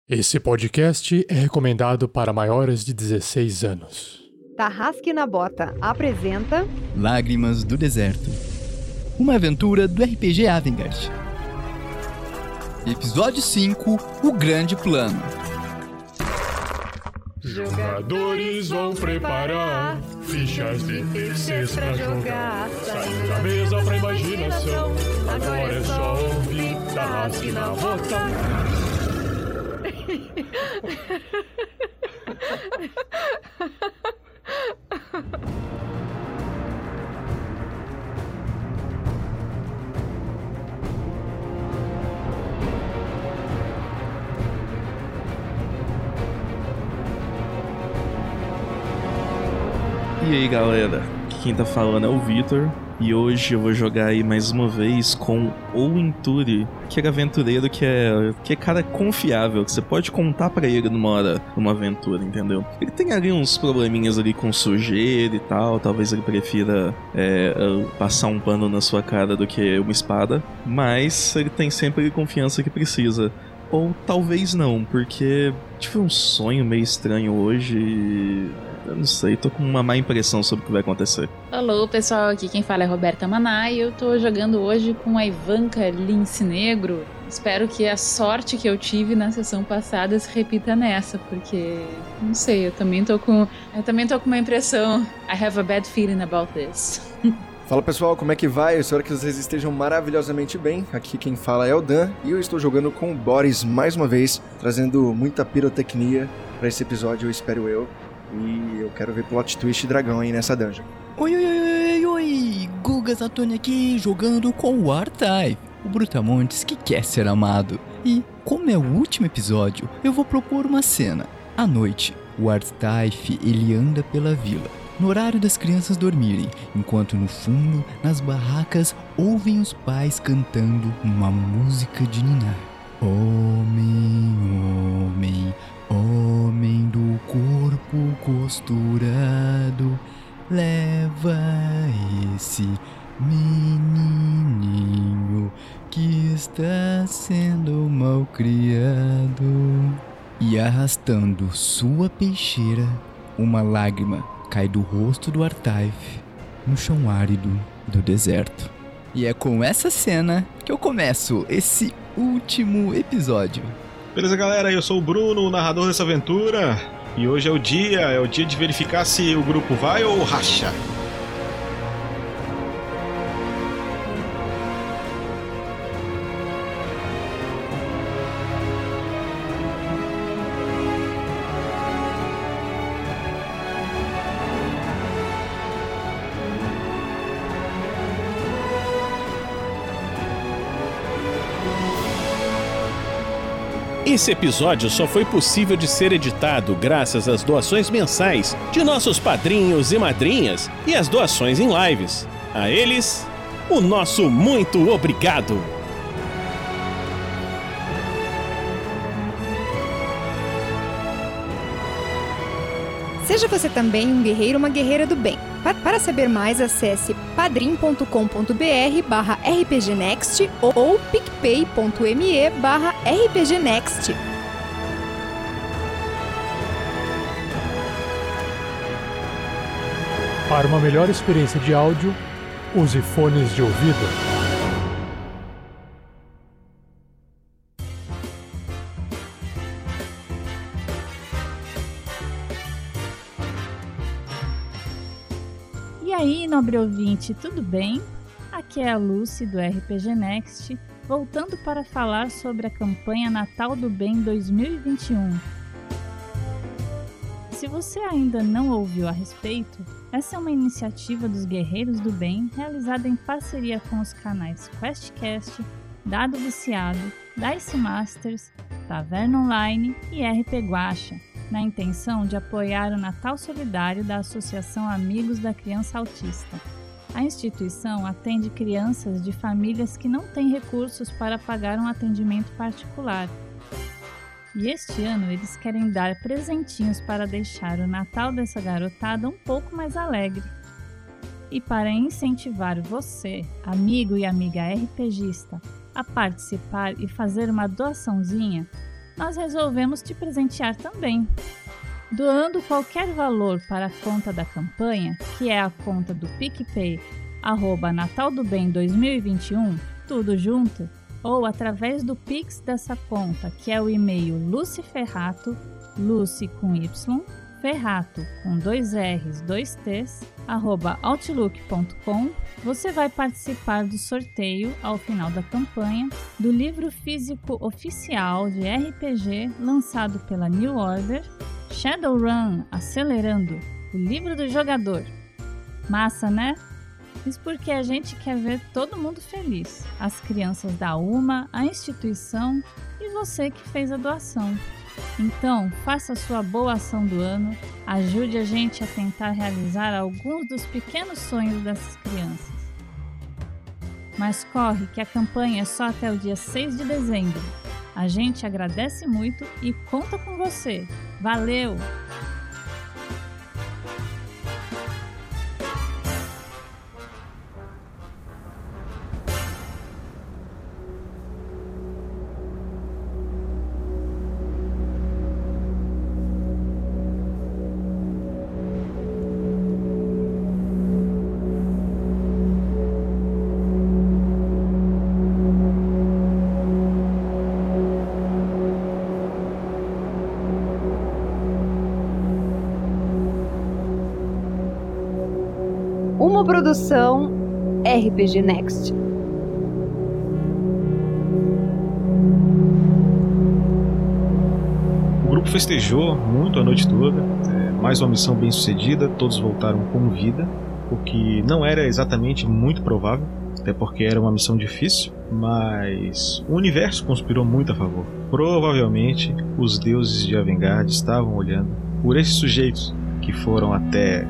Esse podcast é recomendado para maiores de 16 anos. Tarrasque na Bota apresenta Lágrimas do Deserto, uma aventura do RPG Avengard. Episódio 5, O Grande Plano. Jogadores vão preparar fichas difíceis pra jogar. Saindo da mesa pra imaginação. Agora é só ouvir Tarrasque na Bota. E aí galera, aqui quem tá falando é o Vitor. E hoje eu vou jogar aí mais uma vez com o Inturi, que é aventureiro que é cara confiável, que você pode contar pra ele numa aventura, entendeu? Ele tem ali uns probleminhas ali com sujeira e tal, talvez ele prefira passar um pano na sua cara do que uma espada, mas ele tem sempre a confiança que precisa. Ou talvez não, porque tive um sonho meio estranho hoje e eu não sei, tô com uma má impressão sobre o que vai acontecer. Alô pessoal, aqui quem fala é Roberta Maná e eu tô jogando hoje com a Ivanka Lince Negro. Espero que a sorte que eu tive na sessão passada se repita nessa, porque, não sei, eu também tô com uma impressão. I have a bad feeling about this. Fala pessoal, como é que vai? Eu espero que vocês estejam maravilhosamente bem. Aqui quem fala é o Dan e eu estou jogando com o Boris mais uma vez, trazendo muita pirotecnia pra esse episódio, eu espero eu. E eu quero ver plot twist dragão aí nessa dungeon. Oi, Guga Zatoni aqui, jogando com o Artai, o Brutamontes que quer ser amado. E, como é o último episódio, eu vou propor uma cena. À noite, o Artaif, ele anda pela vila, no horário das crianças dormirem, enquanto no fundo, nas barracas, ouvem os pais cantando uma música de ninar. Homem do corpo costurado, leva esse menininho que está sendo malcriado. E arrastando sua peixeira, uma lágrima cai do rosto do Artaif no chão árido do deserto. E é com essa cena que eu começo esse último episódio. Beleza, galera? Eu sou o Bruno, o narrador dessa aventura. E hoje é o dia de verificar se o grupo vai ou racha. Esse episódio só foi possível de ser editado graças às doações mensais de nossos padrinhos e madrinhas e às doações em lives. A eles, o nosso muito obrigado! Seja você também um guerreiro ou uma guerreira do bem. Para saber mais, acesse padrim.com.br/rpgnext ou picpay.me/rpgnext. Para uma melhor experiência de áudio, use fones de ouvido. E aí, nobre ouvinte, tudo bem? Aqui é a Lucy do RPG Next, voltando para falar sobre a campanha Natal do Bem 2021. Se você ainda não ouviu a respeito, essa é uma iniciativa dos Guerreiros do Bem realizada em parceria com os canais QuestCast, Dado Viciado, Dice Masters, Taverna Online e RP Guacha, na intenção de apoiar o Natal Solidário da Associação Amigos da Criança Autista. A instituição atende crianças de famílias que não têm recursos para pagar um atendimento particular. E este ano eles querem dar presentinhos para deixar o Natal dessa garotada um pouco mais alegre. E para incentivar você, amigo e amiga RPGista, a participar e fazer uma doaçãozinha, nós resolvemos te presentear também. Doando qualquer valor para a conta da campanha, que é a conta do PicPay, @nataldobem2021, tudo junto, ou através do Pix dessa conta, que é o e-mail lucyferrato, Lucy com Y, Ferrato com 2 R's, 2 T's, @outlook.com, você vai participar do sorteio ao final da campanha do livro físico oficial de RPG lançado pela New Order, Shadowrun Acelerando, o livro do jogador. Massa, né? Isso porque a gente quer ver todo mundo feliz. As crianças da UMA, a instituição e você que fez a doação. Então, faça a sua boa ação do ano, ajude a gente a tentar realizar alguns dos pequenos sonhos dessas crianças. Mas corre que a campanha é só até o dia 6 de dezembro. A gente agradece muito e conta com você. Valeu! Uma produção RPG Next. O grupo festejou muito a noite toda, mais uma missão bem sucedida, todos voltaram com vida, o que não era exatamente muito provável, até porque era uma missão difícil, mas o universo conspirou muito a favor. Provavelmente os deuses de Avengard estavam olhando por esses sujeitos que foram até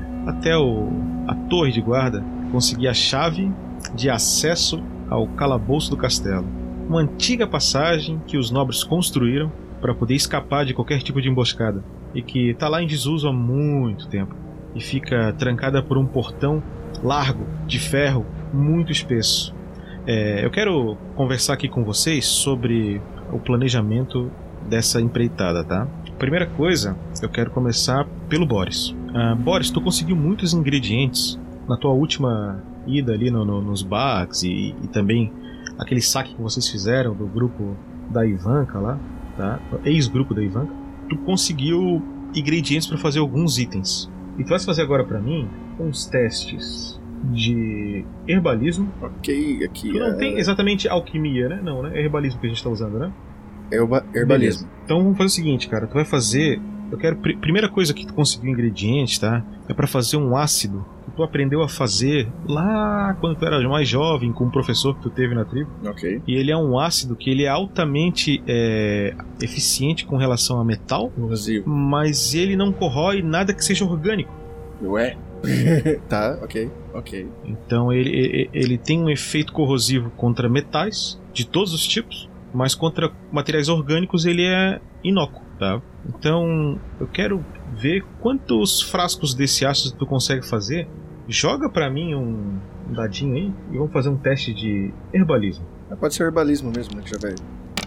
a torre de guarda, conseguir a chave de acesso ao calabouço do castelo. Uma antiga passagem que os nobres construíram para poder escapar de qualquer tipo de emboscada e que está lá em desuso há muito tempo e fica trancada por um portão largo, de ferro, muito espesso. Eu quero conversar aqui com vocês sobre o planejamento dessa empreitada, tá? Primeira coisa, eu quero começar pelo Boris. Boris, tu conseguiu muitos ingredientes na tua última ida ali nos bugs e também aquele saque que vocês fizeram do grupo da Ivanka lá, tá? Ex-grupo da Ivanka. Tu conseguiu ingredientes para fazer alguns itens. E tu vai fazer agora para mim uns testes de herbalismo. Ok, aqui tu não tem exatamente alquimia, né? Não, né? É herbalismo que a gente tá usando, né? Herbalismo. Beleza. Então vamos fazer o seguinte, cara. Tu vai fazer... Eu quero... Primeira coisa que tu conseguiu ingredientes, tá? É pra fazer um ácido que tu aprendeu a fazer lá quando tu era mais jovem, com um professor que tu teve na tribo. Ok. E ele é um ácido que ele é altamente eficiente com relação a metal. Corrosivo. Mas ele não corrói nada que seja orgânico. Ué? Tá, ok. Então ele tem um efeito corrosivo contra metais de todos os tipos, mas contra materiais orgânicos ele é inócuo, tá? Então eu quero ver quantos frascos desse ácido tu consegue fazer. Joga pra mim um dadinho aí e vamos fazer um teste de herbalismo. Pode ser herbalismo mesmo, né, que já vai.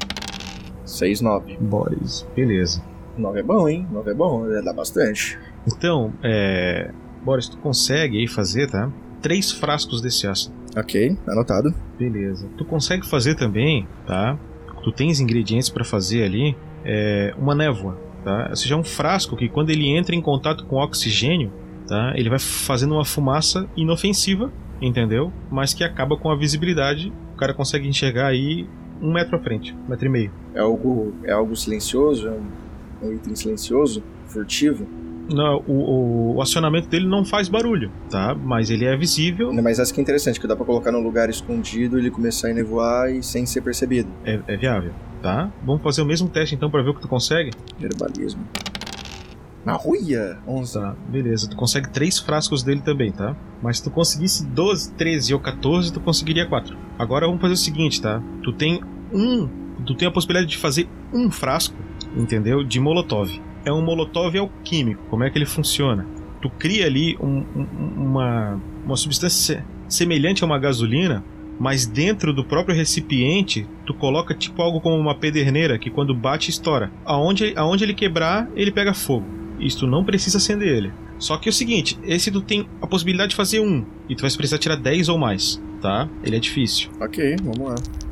6, 9. Boris, beleza. 9 é bom, hein? 9 é bom, dá bastante. Então, Boris, tu consegue aí fazer, tá? 3 frascos desse ácido. Ok, anotado. Beleza. Tu consegue fazer também, tá? Tu tens ingredientes pra fazer ali, uma névoa, tá? Ou seja, um frasco que quando ele entra em contato com oxigênio, tá? Ele vai fazendo uma fumaça inofensiva, entendeu? Mas que acaba com a visibilidade. O cara consegue enxergar aí 1 metro à frente, 1,5 metro. É algo silencioso? É um item silencioso? Furtivo? Não, o acionamento dele não faz barulho, tá? Mas ele é visível. Mas essa que é interessante, que dá pra colocar num lugar escondido, ele começar a nevoar e sem ser percebido. É viável, tá? Vamos fazer o mesmo teste então pra ver o que tu consegue? Herbalismo. Na ruia! 11. Tá, beleza. Tu consegue 3 frascos dele também, tá? Mas se tu conseguisse 12, 13 ou 14, tu conseguiria 4. Agora vamos fazer o seguinte, tá? Tu tem a possibilidade de fazer um frasco, entendeu? De molotov. É um molotov alquímico. Como é que ele funciona? Tu cria ali uma substância semelhante a uma gasolina, mas dentro do próprio recipiente, tu coloca tipo algo como uma pederneira, que quando bate, estoura. Aonde ele quebrar, ele pega fogo. Isso tu não precisa acender ele. Só que é o seguinte, esse tu tem a possibilidade de fazer 1, e tu vai precisar tirar 10 ou mais, tá? Ele é difícil. Ok, vamos lá.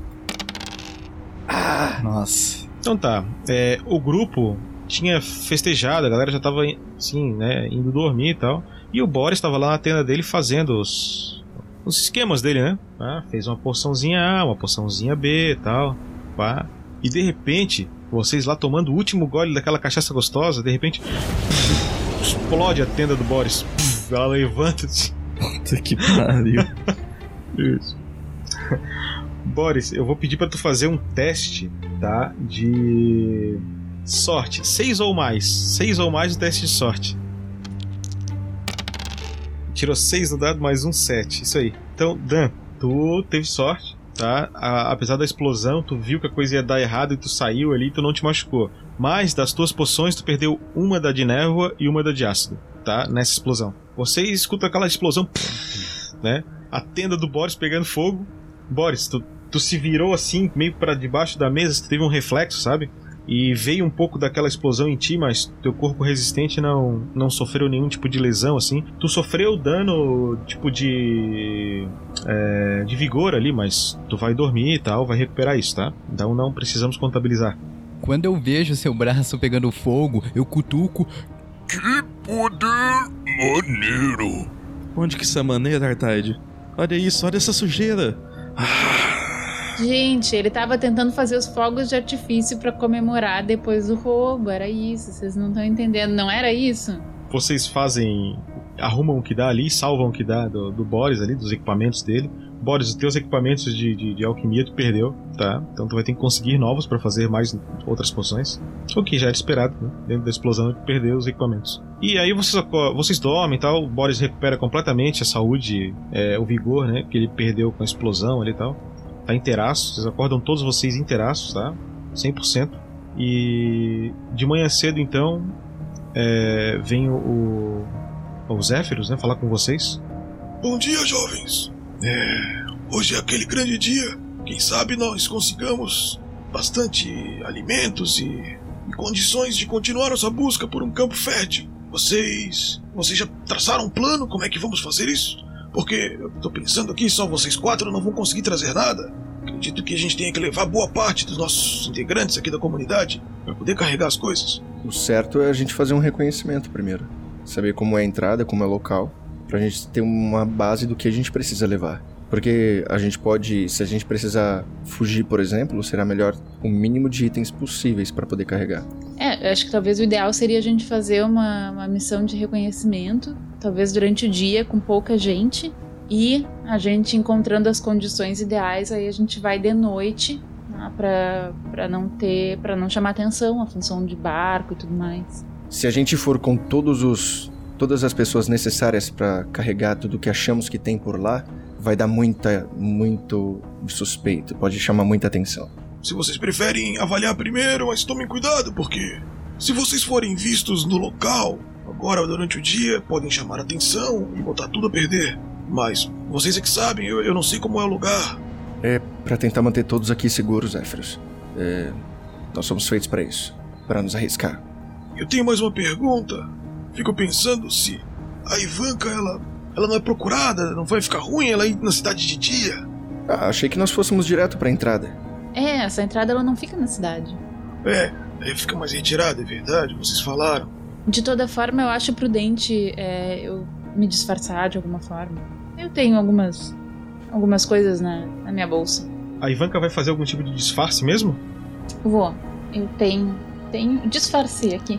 Nossa. Então tá, o grupo tinha festejado, a galera já tava, assim, né, indo dormir e tal. E o Boris tava lá na tenda dele fazendo os esquemas dele, né? Fez uma porçãozinha A, uma porçãozinha B e tal. Pá. E de repente, vocês lá tomando o último gole daquela cachaça gostosa, de repente explode a tenda do Boris. Ela levanta assim. Puta que pariu. Isso. Boris, eu vou pedir pra tu fazer um teste, tá? De sorte. 6 ou mais. 6 ou mais o teste de sorte. Tirou 6 no dado, mais um 7. Isso aí. Então, Dan, tu teve sorte, tá? Apesar da explosão, tu viu que a coisa ia dar errado e tu saiu ali e tu não te machucou. Mas das tuas poções, tu perdeu uma da de névoa e uma da de ácido, tá? Nessa explosão. Você escuta aquela explosão, né? A tenda do Boris pegando fogo. Boris, tu se virou assim, meio pra debaixo da mesa, tu teve um reflexo, sabe? E veio um pouco daquela explosão em ti, mas teu corpo resistente não sofreu nenhum tipo de lesão, assim. Tu sofreu dano, tipo de vigor ali, mas tu vai dormir e tal, vai recuperar isso, tá? Então não precisamos contabilizar. Quando eu vejo seu braço pegando fogo, eu cutuco. Que poder maneiro! Onde que isso é maneiro, Artaide? Olha isso, olha essa sujeira! Gente, ele tava tentando fazer os fogos de artifício pra comemorar depois do roubo. Era isso, vocês não estão entendendo. Não era isso? Vocês arrumam o que dá ali, salvam o que dá do Boris ali, dos equipamentos dele. Boris, os teus equipamentos de alquimia tu perdeu, tá? Então tu vai ter que conseguir novos pra fazer mais outras poções. O que já era esperado, né? Dentro da explosão tu perdeu os equipamentos. E aí vocês dormem e tal, o Boris recupera completamente a saúde, o vigor, né? Que ele perdeu com a explosão ali e tal. Tá inteiraço, vocês acordam todos vocês inteiraços, tá? 100%. E de manhã cedo, então, vem o Zéfiros, né? Falar com vocês. Bom dia, jovens. Hoje é aquele grande dia. Quem sabe nós consigamos bastante alimentos e condições de continuar nossa busca por um campo fértil. Vocês já traçaram um plano? Como é que vamos fazer isso? Porque eu tô pensando aqui, só vocês 4 não vão conseguir trazer nada. Acredito que a gente tenha que levar boa parte dos nossos integrantes aqui da comunidade para poder carregar as coisas. O certo é a gente fazer um reconhecimento primeiro. Saber como é a entrada, como é o local, pra gente ter uma base do que a gente precisa levar. Porque a gente pode, se a gente precisar fugir, por exemplo, será melhor o mínimo de itens possíveis para poder carregar. Eu acho que talvez o ideal seria a gente fazer uma missão de reconhecimento, talvez durante o dia, com pouca gente, e a gente encontrando as condições ideais, aí a gente vai de noite, né, pra não chamar atenção, a função de barco e tudo mais. Se a gente for com todas as pessoas necessárias para carregar tudo que achamos que tem por lá, vai dar muito suspeito, pode chamar muita atenção. Se vocês preferem avaliar primeiro, mas tomem cuidado, porque se vocês forem vistos no local, agora durante o dia, podem chamar atenção e botar tudo a perder. Mas vocês é que sabem, eu não sei como é o lugar. É pra tentar manter todos aqui seguros, Zéfiros. Nós somos feitos pra isso, pra nos arriscar. Eu tenho mais uma pergunta. Fico pensando se a Ivanka, ela não é procurada, não vai ficar ruim ela ir na cidade de dia? Achei que nós fôssemos direto pra entrada. Essa entrada ela não fica na cidade. Fica mais retirada, é verdade, vocês falaram. De toda forma, eu acho prudente eu me disfarçar de alguma forma. Eu tenho algumas coisas na minha bolsa. A Ivanka vai fazer algum tipo de disfarce mesmo? Vou. Eu tenho disfarce aqui.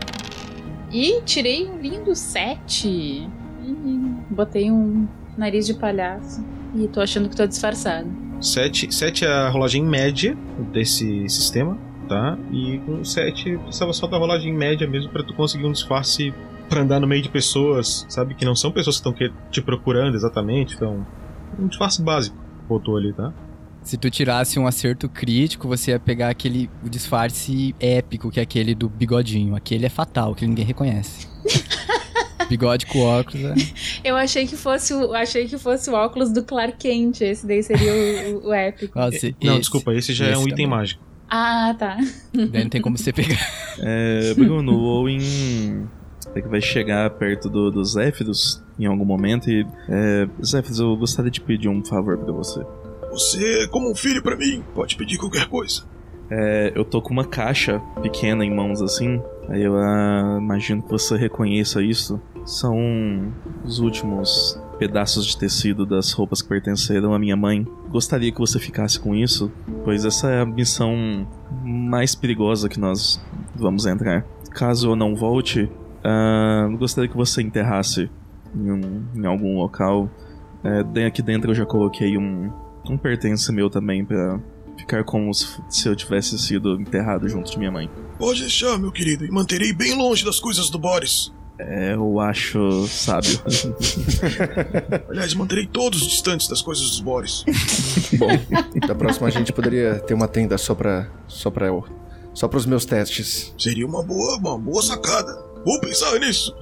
E tirei um lindo 7. E botei um nariz de palhaço. E tô achando que tô disfarçado. 7 é a rolagem média desse sistema, tá? E com 7 precisava só da rolagem média mesmo pra tu conseguir um disfarce pra andar no meio de pessoas, sabe? Que não são pessoas que estão te procurando exatamente. Então, um disfarce básico botou ali, tá? Se tu tirasse um acerto crítico, você ia pegar o disfarce épico, que é aquele do bigodinho. Aquele é fatal, que ninguém reconhece. Bigode com óculos, né? Eu achei que fosse o óculos do Clark Kent. Esse daí seria o épico. Nossa, Não, desculpa, esse já é um item mágico. Ah, tá. Daí não tem como você pegar. Bruno, o Owen que vai chegar perto do Zéfiros em algum momento e... Zéfiros, eu gostaria de pedir um favor pra você. Você é como um filho pra mim, pode pedir qualquer coisa. Eu tô com uma caixa pequena em mãos assim, aí eu imagino que você reconheça isso. São os últimos pedaços de tecido das roupas que pertenceram à minha mãe. Gostaria que você ficasse com isso, pois essa é a missão mais perigosa que nós vamos entrar. Caso eu não volte, gostaria que você enterrasse em algum local. Aqui dentro eu já coloquei um pertence meu também pra ficar como se eu tivesse sido enterrado junto de minha mãe. Pode deixar, meu querido, e manterei bem longe das coisas do Boris. Eu acho sábio. Aliás, manterei todos distantes das coisas dos Boris. Bom, da próxima a gente poderia ter uma tenda só pros meus testes. Seria uma boa sacada. Vou pensar nisso.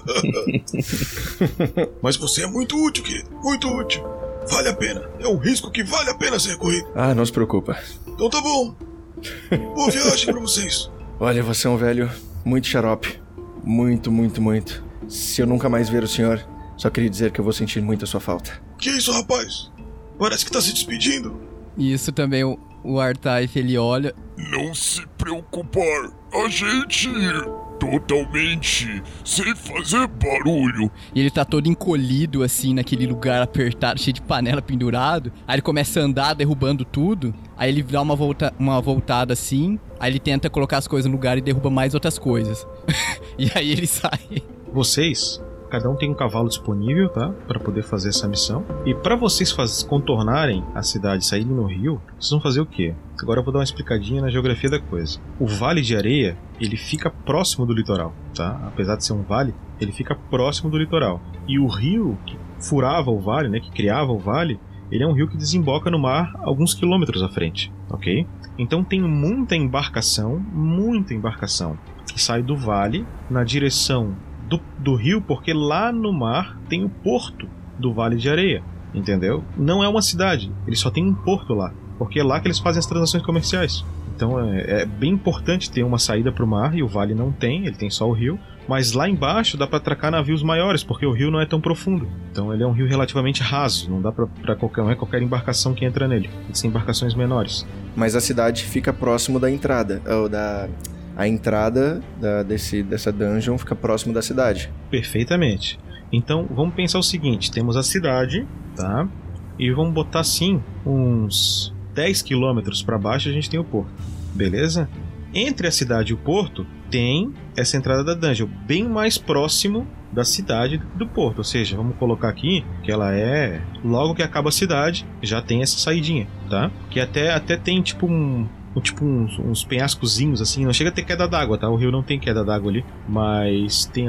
Mas você é muito útil, querido. Muito útil. Vale a pena. É um risco que vale a pena ser corrido. Ah, não se preocupa. Então tá bom. Boa viagem pra vocês. Olha, você é um velho muito xarope. Muito, muito, muito. Se eu nunca mais ver o senhor, só queria dizer que eu vou sentir muito a sua falta. Que isso, rapaz? Parece que tá se despedindo. E isso também o Artaif, ele olha... Não se preocupar, a gente... totalmente sem fazer barulho. E ele tá todo encolhido, assim, naquele lugar apertado, cheio de panela pendurado. Aí ele começa a andar, derrubando tudo. Aí ele dá uma voltada, assim. Aí ele tenta colocar as coisas no lugar e derruba mais outras coisas. E aí ele sai. Vocês, cada um tem um cavalo disponível, tá? Pra poder fazer essa missão. E pra vocês contornarem a cidade e saírem no rio, vocês vão fazer o quê? Agora eu vou dar uma explicadinha na geografia da coisa. O Vale de Areia, ele fica próximo do litoral, tá? Apesar de ser um vale, ele fica próximo do litoral. E o rio que furava o vale, né, que criava o vale, ele é um rio que desemboca no mar alguns quilômetros à frente, ok? Então tem muita embarcação que sai do vale na direção do rio, porque lá no mar tem o porto do Vale de Areia, entendeu? Não é uma cidade, ele só tem um porto lá, porque é lá que eles fazem as transações comerciais. Então é bem importante ter uma saída para o mar, e o vale não tem, ele tem só o rio. Mas lá embaixo dá para atracar navios maiores, porque o rio não é tão profundo. Então ele é um rio relativamente raso, não dá para qualquer embarcação que entra nele. Ele tem embarcações menores. Mas a cidade fica próximo da entrada, a entrada dessa dungeon fica próximo da cidade. Perfeitamente. Então vamos pensar o seguinte, temos a cidade, tá? E vamos botar assim, uns 10 quilômetros para baixo a gente tem o porto, beleza? Entre a cidade e o porto tem essa entrada da dungeon, bem mais próximo da cidade do porto. Ou seja, vamos colocar aqui que ela é... Logo que acaba a cidade, já tem essa saidinha, tá? Que até tem tipo uns penhascozinhos assim. Não chega a ter queda d'água, tá? O rio não tem queda d'água ali, mas tem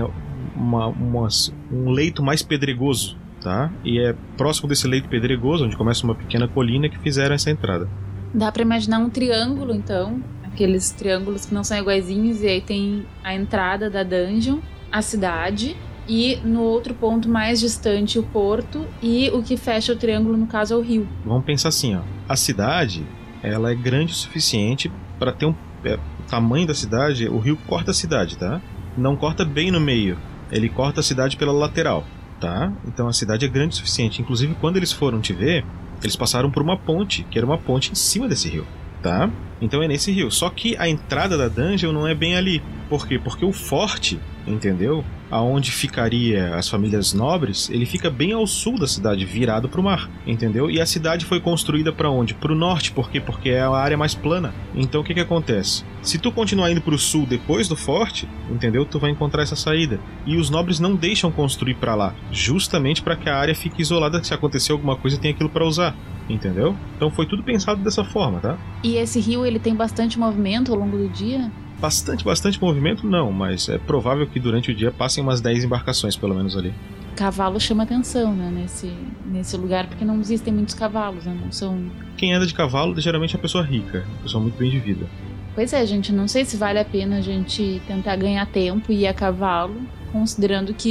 um leito mais pedregoso, tá? E é próximo desse leito pedregoso, onde começa uma pequena colina, que fizeram essa entrada. Dá pra imaginar um triângulo, então. Aqueles triângulos que não são iguaizinhos, e aí tem a entrada da dungeon, a cidade, e no outro ponto mais distante o porto, e o que fecha o triângulo, no caso, é o rio. Vamos pensar assim, ó. A cidade, ela é grande o suficiente para ter o tamanho da cidade. O rio corta a cidade, tá? Não corta bem no meio, ele corta a cidade pela lateral, tá? Então a cidade é grande o suficiente. Inclusive, quando eles foram te ver, eles passaram por uma ponte, que era uma ponte em cima desse rio, tá? Então é nesse rio. Só que a entrada da dungeon não é bem ali. Por quê? Porque o forte, entendeu? Aonde ficaria as famílias nobres, ele fica bem ao sul da cidade, virado pro mar, entendeu? E a cidade foi construída para onde? Pro norte. Por quê? Porque é a área mais plana. Então o que acontece? Se tu continuar indo pro sul depois do forte, entendeu? Tu vai encontrar essa saída. E os nobres não deixam construir para lá, justamente para que a área fique isolada, se acontecer alguma coisa tem aquilo para usar. Entendeu? Então foi tudo pensado dessa forma, tá? E esse rio, ele tem bastante movimento ao longo do dia? Bastante movimento não, mas é provável que durante o dia passem umas 10 embarcações, pelo menos ali. Cavalo chama atenção, né, nesse lugar, porque não existem muitos cavalos, né, não são... Quem anda de cavalo geralmente é uma pessoa rica, uma pessoa muito bem de vida. Pois é, gente, não sei se vale a pena a gente tentar ganhar tempo e ir a cavalo, considerando que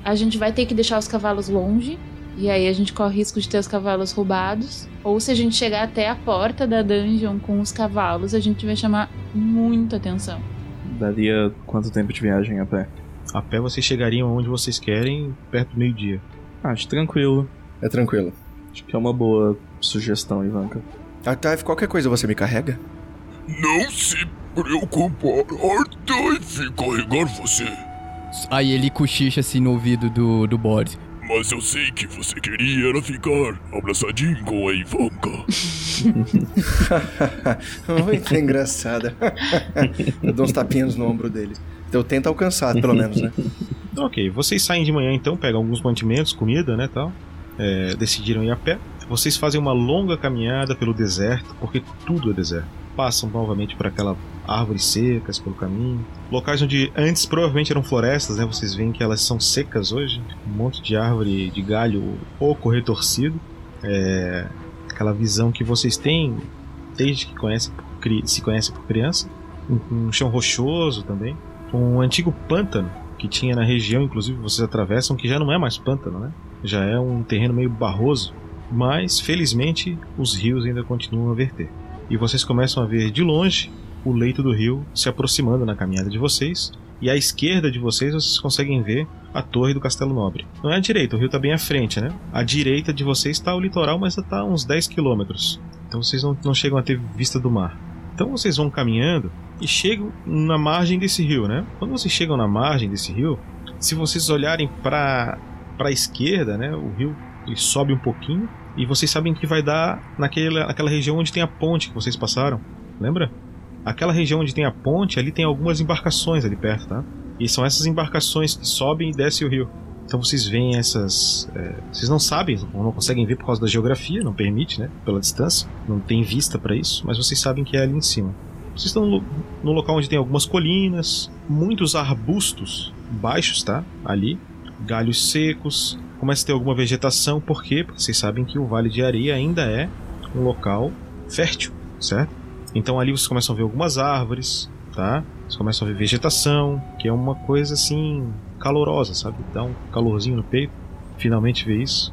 a gente vai ter que deixar os cavalos longe, e aí a gente corre risco de ter os cavalos roubados. Ou se a gente chegar até a porta da dungeon com os cavalos, a gente vai chamar muita atenção. Daria quanto tempo de viagem a pé? A pé vocês chegariam onde vocês querem, perto do meio-dia. Acho tranquilo. É tranquilo. Acho que é uma boa sugestão, Ivanka. Artaif, qualquer coisa você me carrega? Não se preocupar, Artaif carregar você. Aí ele cochicha assim no ouvido do Boris. Mas eu sei que você queria era ficar abraçadinho com a Ivanka. Muito engraçada. Eu dou uns tapinhas no ombro dele. Então tenta alcançar, pelo menos, né? Ok, vocês saem de manhã então, pegam alguns mantimentos, comida, né, tal. Decidiram ir a pé. Vocês fazem uma longa caminhada pelo deserto, porque tudo é deserto. Passam novamente por aquelas árvores secas pelo caminho. Locais onde antes provavelmente eram florestas, né? Vocês veem que elas são secas hoje. Um monte de árvore de galho pouco retorcido. Aquela visão que vocês têm desde que se conhecem por criança. Um chão rochoso também. Um antigo pântano que tinha na região, inclusive vocês atravessam, que já não é mais pântano, né? Já é um terreno meio barroso. Mas, felizmente, os rios ainda continuam a verter. E vocês começam a ver de longe o leito do rio se aproximando na caminhada de vocês. E à esquerda de vocês conseguem ver a torre do Castelo Nobre. Não é à direita, o rio está bem à frente, né? À direita de vocês está o litoral, mas está a uns 10 quilômetros. Então vocês não chegam a ter vista do mar. Então vocês vão caminhando e chegam na margem desse rio, né? Quando vocês chegam na margem desse rio, se vocês olharem para a esquerda, né? O rio ele sobe um pouquinho. E vocês sabem que vai dar naquela região onde tem a ponte que vocês passaram. Lembra? Aquela região onde tem a ponte, ali tem algumas embarcações ali perto, tá? E são essas embarcações que sobem e descem o rio. Então vocês veem essas... vocês não sabem, não conseguem ver por causa da geografia, não permite, né? Pela distância. Não tem vista para isso, mas vocês sabem que é ali em cima. Vocês estão no local onde tem algumas colinas, muitos arbustos baixos, tá? Ali. Galhos secos. Começa a ter alguma vegetação, por quê? Porque vocês sabem que o Vale de Areia ainda é um local fértil, certo? Então ali vocês começam a ver algumas árvores, tá? Vocês começam a ver vegetação, que é uma coisa assim, calorosa, sabe? Dá um calorzinho no peito, finalmente ver isso.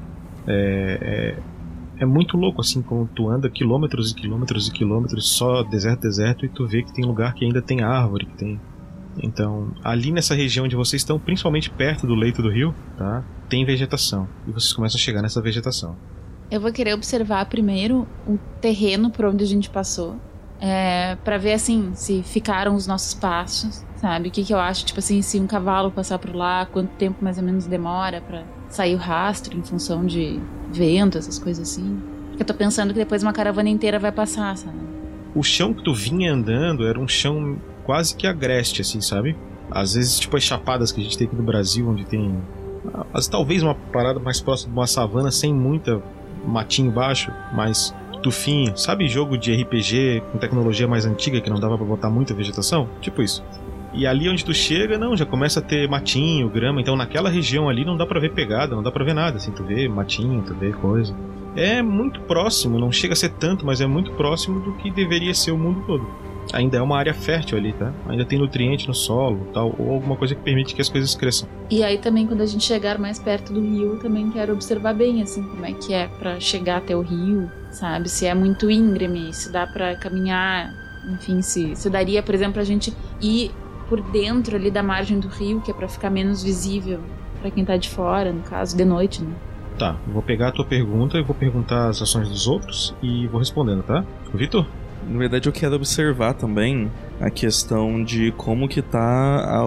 É muito louco assim, quando tu anda quilômetros e quilômetros e quilômetros, só deserto, e tu vê que tem lugar que ainda tem árvore, que tem... Então, ali nessa região onde vocês estão, principalmente perto do leito do rio, tá? Tem vegetação. E vocês começam a chegar nessa vegetação. Eu vou querer observar primeiro o terreno por onde a gente passou. Pra ver, assim, se ficaram os nossos passos, sabe? O que eu acho, tipo assim, se um cavalo passar por lá, quanto tempo mais ou menos demora pra sair o rastro em função de vento, essas coisas assim. Porque eu tô pensando que depois uma caravana inteira vai passar, sabe? O chão que tu vinha andando era um chão quase que agreste, assim, sabe? Às vezes, tipo as chapadas que a gente tem aqui no Brasil, onde tem talvez uma parada mais próxima de uma savana, sem muita matinho baixo, mas tufinho. Sabe jogo de RPG com tecnologia mais antiga que não dava pra botar muita vegetação? Tipo isso. E ali onde tu chega, não, já começa a ter matinho, grama, então naquela região ali não dá pra ver pegada, não dá pra ver nada, assim, tu vê matinho, tu vê coisa. É muito próximo, não chega a ser tanto, mas é muito próximo do que deveria ser o mundo todo. Ainda é uma área fértil ali, tá? Ainda tem nutriente no solo, tal, ou alguma coisa que permite que as coisas cresçam. E aí também, quando a gente chegar mais perto do rio, também quero observar bem, assim, como é que é pra chegar até o rio, sabe? Se é muito íngreme, se dá pra caminhar, enfim, se daria, por exemplo, a gente ir por dentro ali da margem do rio, que é pra ficar menos visível pra quem tá de fora, no caso, de noite, né? Tá, eu vou pegar a tua pergunta e vou perguntar as ações dos outros e vou respondendo, tá? Vitor? Na verdade, eu quero observar também a questão de como que tá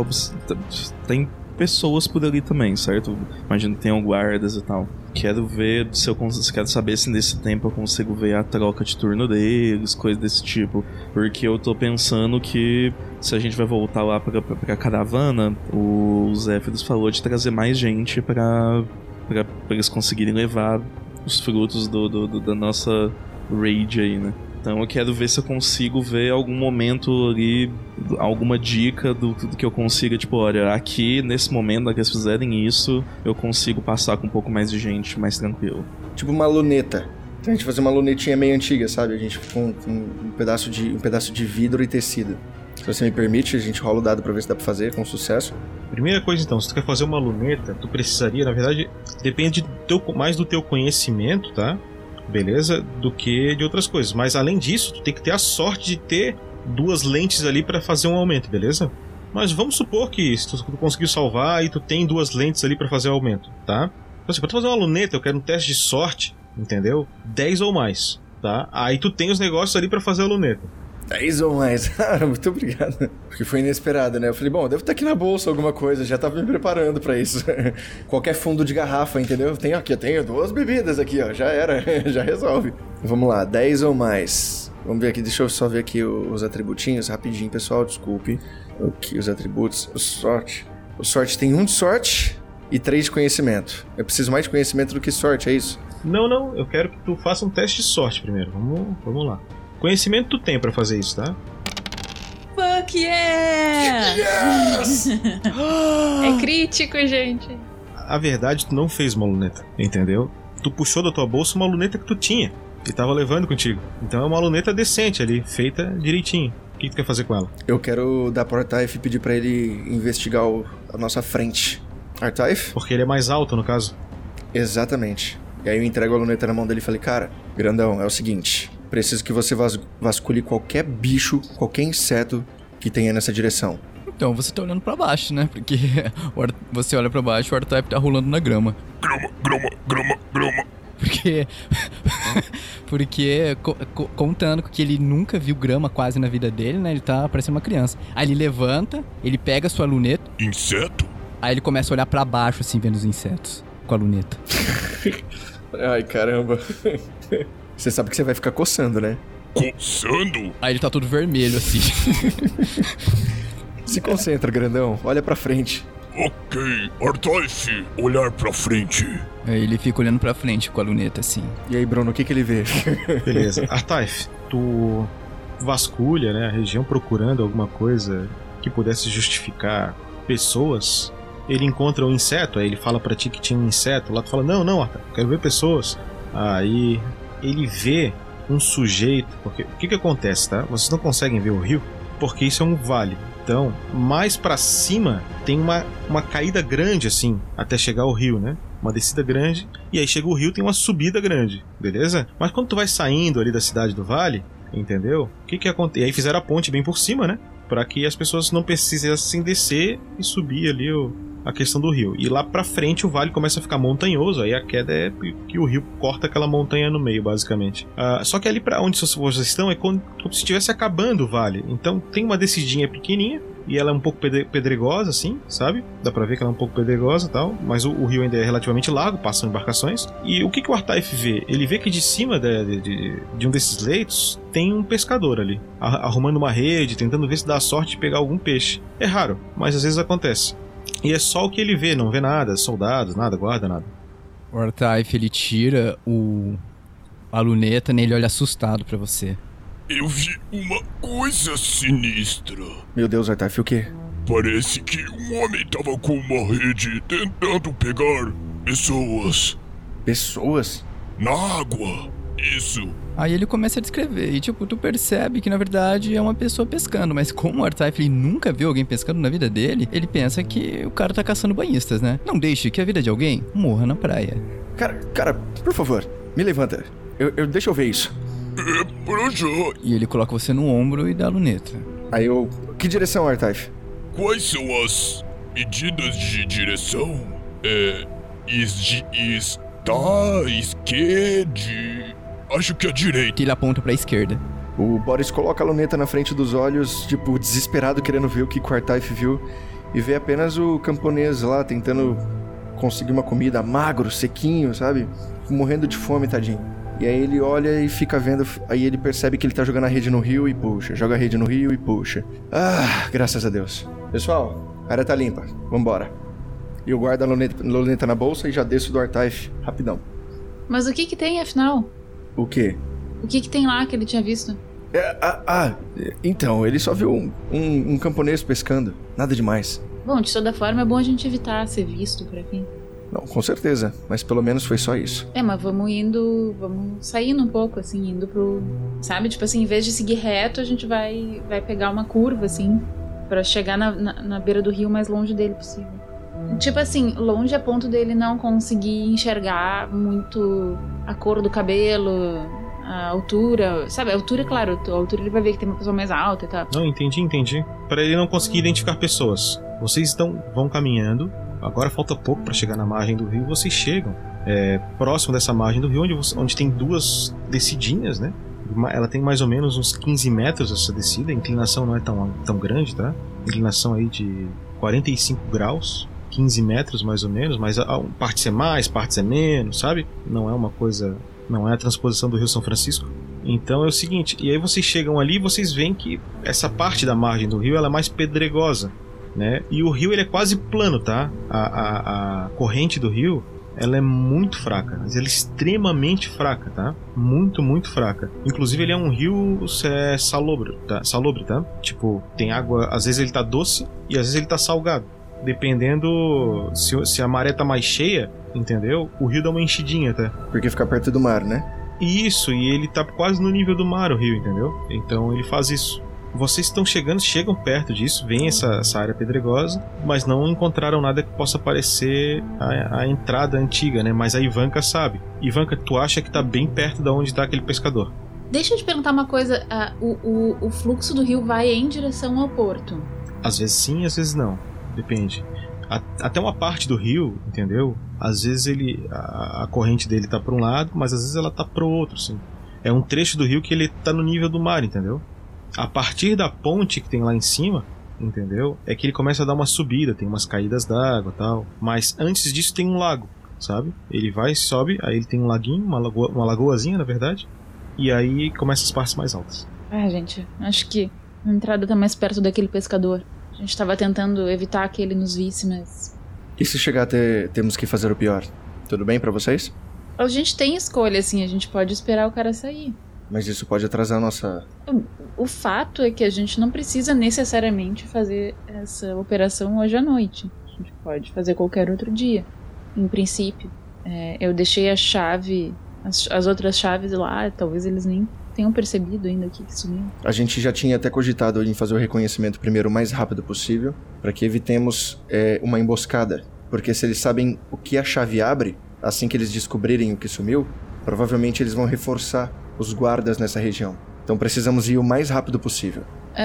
tem pessoas por ali também, certo? Imagino que tenham guardas e tal. Quero ver se quero saber se nesse tempo eu consigo ver a troca de turno deles, coisas desse tipo. Porque eu tô pensando que se a gente vai voltar lá pra caravana, o Zéfiros falou de trazer mais gente pra eles conseguirem levar os frutos da nossa raid aí, né? Então eu quero ver se eu consigo ver algum momento ali, alguma dica do que eu consiga, tipo, olha, aqui, nesse momento que eles fizerem isso, eu consigo passar com um pouco mais de gente, mais tranquilo. Tipo uma luneta. Então a gente fazer uma lunetinha meio antiga, sabe? A gente com um pedaço de vidro e tecido. Se você me permite, a gente rola o dado pra ver se dá pra fazer com sucesso. Primeira coisa então, se tu quer fazer uma luneta, tu precisaria, na verdade, depende mais do teu conhecimento, tá? Beleza? Do que de outras coisas. Mas além disso, tu tem que ter a sorte de ter 2 lentes ali pra fazer um aumento, beleza? Mas vamos supor que se tu conseguiu salvar e tu tem 2 lentes ali pra fazer o aumento, tá? Então, assim, pra tu fazer uma luneta, eu quero um teste de sorte, entendeu? 10 ou mais, tá? Aí tu tem os negócios ali pra fazer a luneta. 10 ou mais. Muito obrigado. Porque foi inesperado, né? Eu falei, bom, deve estar aqui na bolsa alguma coisa, já tava me preparando pra isso. Qualquer fundo de garrafa, entendeu? Eu tenho 2 bebidas aqui, ó, já era, já resolve. Vamos lá, 10 ou mais. Vamos ver aqui, deixa eu só ver aqui os atributinhos rapidinho, pessoal, desculpe. Aqui, os atributos, o sorte. O sorte tem 1 de sorte e 3 de conhecimento. Eu preciso mais de conhecimento do que sorte, é isso? Não, eu quero que tu faça um teste de sorte primeiro, vamos lá. Conhecimento tu tem pra fazer isso, tá? Fuck yeah! Yes! É crítico, gente. A verdade, tu não fez uma luneta, entendeu? Tu puxou da tua bolsa uma luneta que tu tinha e tava levando contigo. Então é uma luneta decente ali, feita direitinho. O que tu quer fazer com ela? Eu quero dar pro Artaif e pedir pra ele investigar a nossa frente. Artaif? Porque ele é mais alto, no caso. Exatamente. E aí eu entrego a luneta na mão dele e falei, cara, grandão, é o seguinte... Preciso que você vasculhe qualquer bicho, qualquer inseto que tenha nessa direção. Então você tá olhando pra baixo, né? Porque você olha pra baixo e o Artype tá rolando na grama. Grama. Porque contando que ele nunca viu grama quase na vida dele, né? Ele tá parecendo uma criança. Aí ele levanta, ele pega a sua luneta. Inseto? Aí ele começa a olhar pra baixo, assim, vendo os insetos com a luneta. Ai, caramba. Você sabe que você vai ficar coçando, né? Coçando? Aí ele tá todo vermelho, assim. Se concentra, grandão. Olha pra frente. Ok, Artaif, olhar pra frente. Aí ele fica olhando pra frente com a luneta, assim. E aí, Bruno, o que ele vê? Beleza. Artaif, tu vasculha, né, a região procurando alguma coisa que pudesse justificar pessoas. Ele encontra um inseto, aí ele fala pra ti que tinha um inseto. Lá tu fala, não, Artaif, quero ver pessoas. Aí... ele vê um sujeito, porque o que acontece, tá? Vocês não conseguem ver o rio, porque isso é um vale. Então, mais pra cima tem uma caída grande, assim, até chegar ao rio, né? Uma descida grande, e aí chega o rio, tem uma subida grande, beleza? Mas quando tu vai saindo ali da cidade do vale, entendeu? O que acontece? E aí fizeram a ponte bem por cima, né? Pra que as pessoas não precisassem descer e subir ali a questão do rio. E lá pra frente o vale começa a ficar montanhoso, aí a queda é que o rio corta aquela montanha no meio, basicamente. Só que ali pra onde vocês estão é como se estivesse acabando o vale. Então tem uma descidinha pequenininha, e ela é um pouco pedregosa, assim, sabe? Dá pra ver que ela é um pouco pedregosa e tal, mas o rio ainda é relativamente largo, passam embarcações. E o que o Artaif vê? Ele vê que de cima de um desses leitos tem um pescador ali, arrumando uma rede, tentando ver se dá sorte de pegar algum peixe. É raro, mas às vezes acontece. E é só o que ele vê, não vê nada, soldados, nada, guarda, nada. O Artaif, ele tira a luneta, né? Ele olha assustado pra você. Eu vi uma coisa sinistra. Meu Deus, Artaif, o quê? Parece que um homem tava com uma rede tentando pegar pessoas. Pessoas? Na água, isso. Aí ele começa a descrever e, tipo, tu percebe que, na verdade, é uma pessoa pescando. Mas como o Artaif ele nunca viu alguém pescando na vida dele, ele pensa que o cara tá caçando banhistas, né? Não deixe que a vida de alguém morra na praia. Cara, por favor, me levanta. Deixa eu ver isso. É pra já. E ele coloca você no ombro e dá a luneta. Aí eu... Que direção, Artaif? Quais são as medidas de direção? Esquerda... Acho que a direita. Ele aponta pra esquerda. O Boris coloca a luneta na frente dos olhos, tipo, desesperado, querendo ver o que o Artaif viu. E vê apenas o camponês lá, tentando conseguir uma comida, magro, sequinho, sabe? Morrendo de fome, tadinho. E aí ele olha e fica vendo, aí ele percebe que ele tá jogando a rede no rio e puxa. Joga a rede no rio e puxa. Ah, graças a Deus. Pessoal, a área tá limpa. Vambora. E eu guardo a luneta na bolsa e já desço do Artaif, rapidão. Mas o que tem, afinal? O quê? O que tem lá que ele tinha visto? Então, ele só viu um camponês pescando. Nada demais. Bom, de toda forma é bom a gente evitar ser visto por aqui. Não, com certeza, mas pelo menos foi só isso. Mas vamos saindo um pouco, assim, indo pro... Sabe, tipo assim, em vez de seguir reto, a gente vai pegar uma curva, assim, pra chegar na beira do rio o mais longe dele possível. Tipo assim, longe a ponto dele não conseguir enxergar muito a cor do cabelo, a altura, sabe? A altura, claro, a altura ele vai ver que tem uma pessoa mais alta e tal. Não, entendi. Pra ele não conseguir identificar pessoas. Vocês vão caminhando, agora falta pouco pra chegar na margem do rio, vocês chegam próximo dessa margem do rio, onde tem duas descidinhas, né? Ela tem mais ou menos uns 15 metros essa descida, a inclinação não é tão grande, tá? Inclinação aí de 45 graus, 15 metros mais ou menos, mas partes é mais, partes é menos, sabe? Não é uma coisa... Não é a transposição do Rio São Francisco. Então é o seguinte, e aí vocês chegam ali e vocês veem que essa parte da margem do rio ela é mais pedregosa, né? E o rio ele é quase plano, tá? A corrente do rio ela é muito fraca, mas ela é extremamente fraca, tá? Muito, muito fraca. Inclusive ele é um rio salobre, tá? Tipo, tem água, às vezes ele tá doce e às vezes ele tá salgado. Dependendo se a maré tá mais cheia, entendeu? O rio dá uma enchidinha, tá? Porque fica perto do mar, né? Isso, e ele tá quase no nível do mar, o rio, entendeu? Então ele faz isso. Vocês chegam perto disso, veem essa área pedregosa, mas não encontraram nada que possa parecer a entrada antiga, né? Mas a Ivanka sabe. Ivanka, tu acha que tá bem perto de onde tá aquele pescador? Deixa eu te perguntar uma coisa, o fluxo do rio vai em direção ao porto? Às vezes sim, às vezes não. Depende. Até uma parte do rio, entendeu? Às vezes a corrente dele tá para um lado, mas às vezes ela tá pro outro, assim. É um trecho do rio que ele tá no nível do mar, entendeu? A partir da ponte que tem lá em cima, entendeu? É que ele começa a dar uma subida, tem umas caídas d'água e tal. Mas antes disso tem um lago, sabe? Ele vai, sobe, aí ele tem um laguinho, uma lagoazinha, na verdade. E aí começa as partes mais altas. Gente, acho que a entrada tá mais perto daquele pescador. A gente tava tentando evitar que ele nos visse, mas... E se chegar até temos que fazer o pior? Tudo bem pra vocês? A gente tem escolha, assim, a gente pode esperar o cara sair. Mas isso pode atrasar a nossa... O fato é que a gente não precisa necessariamente fazer essa operação hoje à noite. A gente pode fazer qualquer outro dia. Em princípio, eu deixei a chave, as outras chaves lá, talvez eles nem tenham percebido ainda que sumiu. A gente já tinha até cogitado em fazer o reconhecimento primeiro o mais rápido possível, para que evitemos uma emboscada. Porque se eles sabem o que a chave abre, assim que eles descobrirem o que sumiu, provavelmente eles vão reforçar os guardas nessa região. Então precisamos ir o mais rápido possível.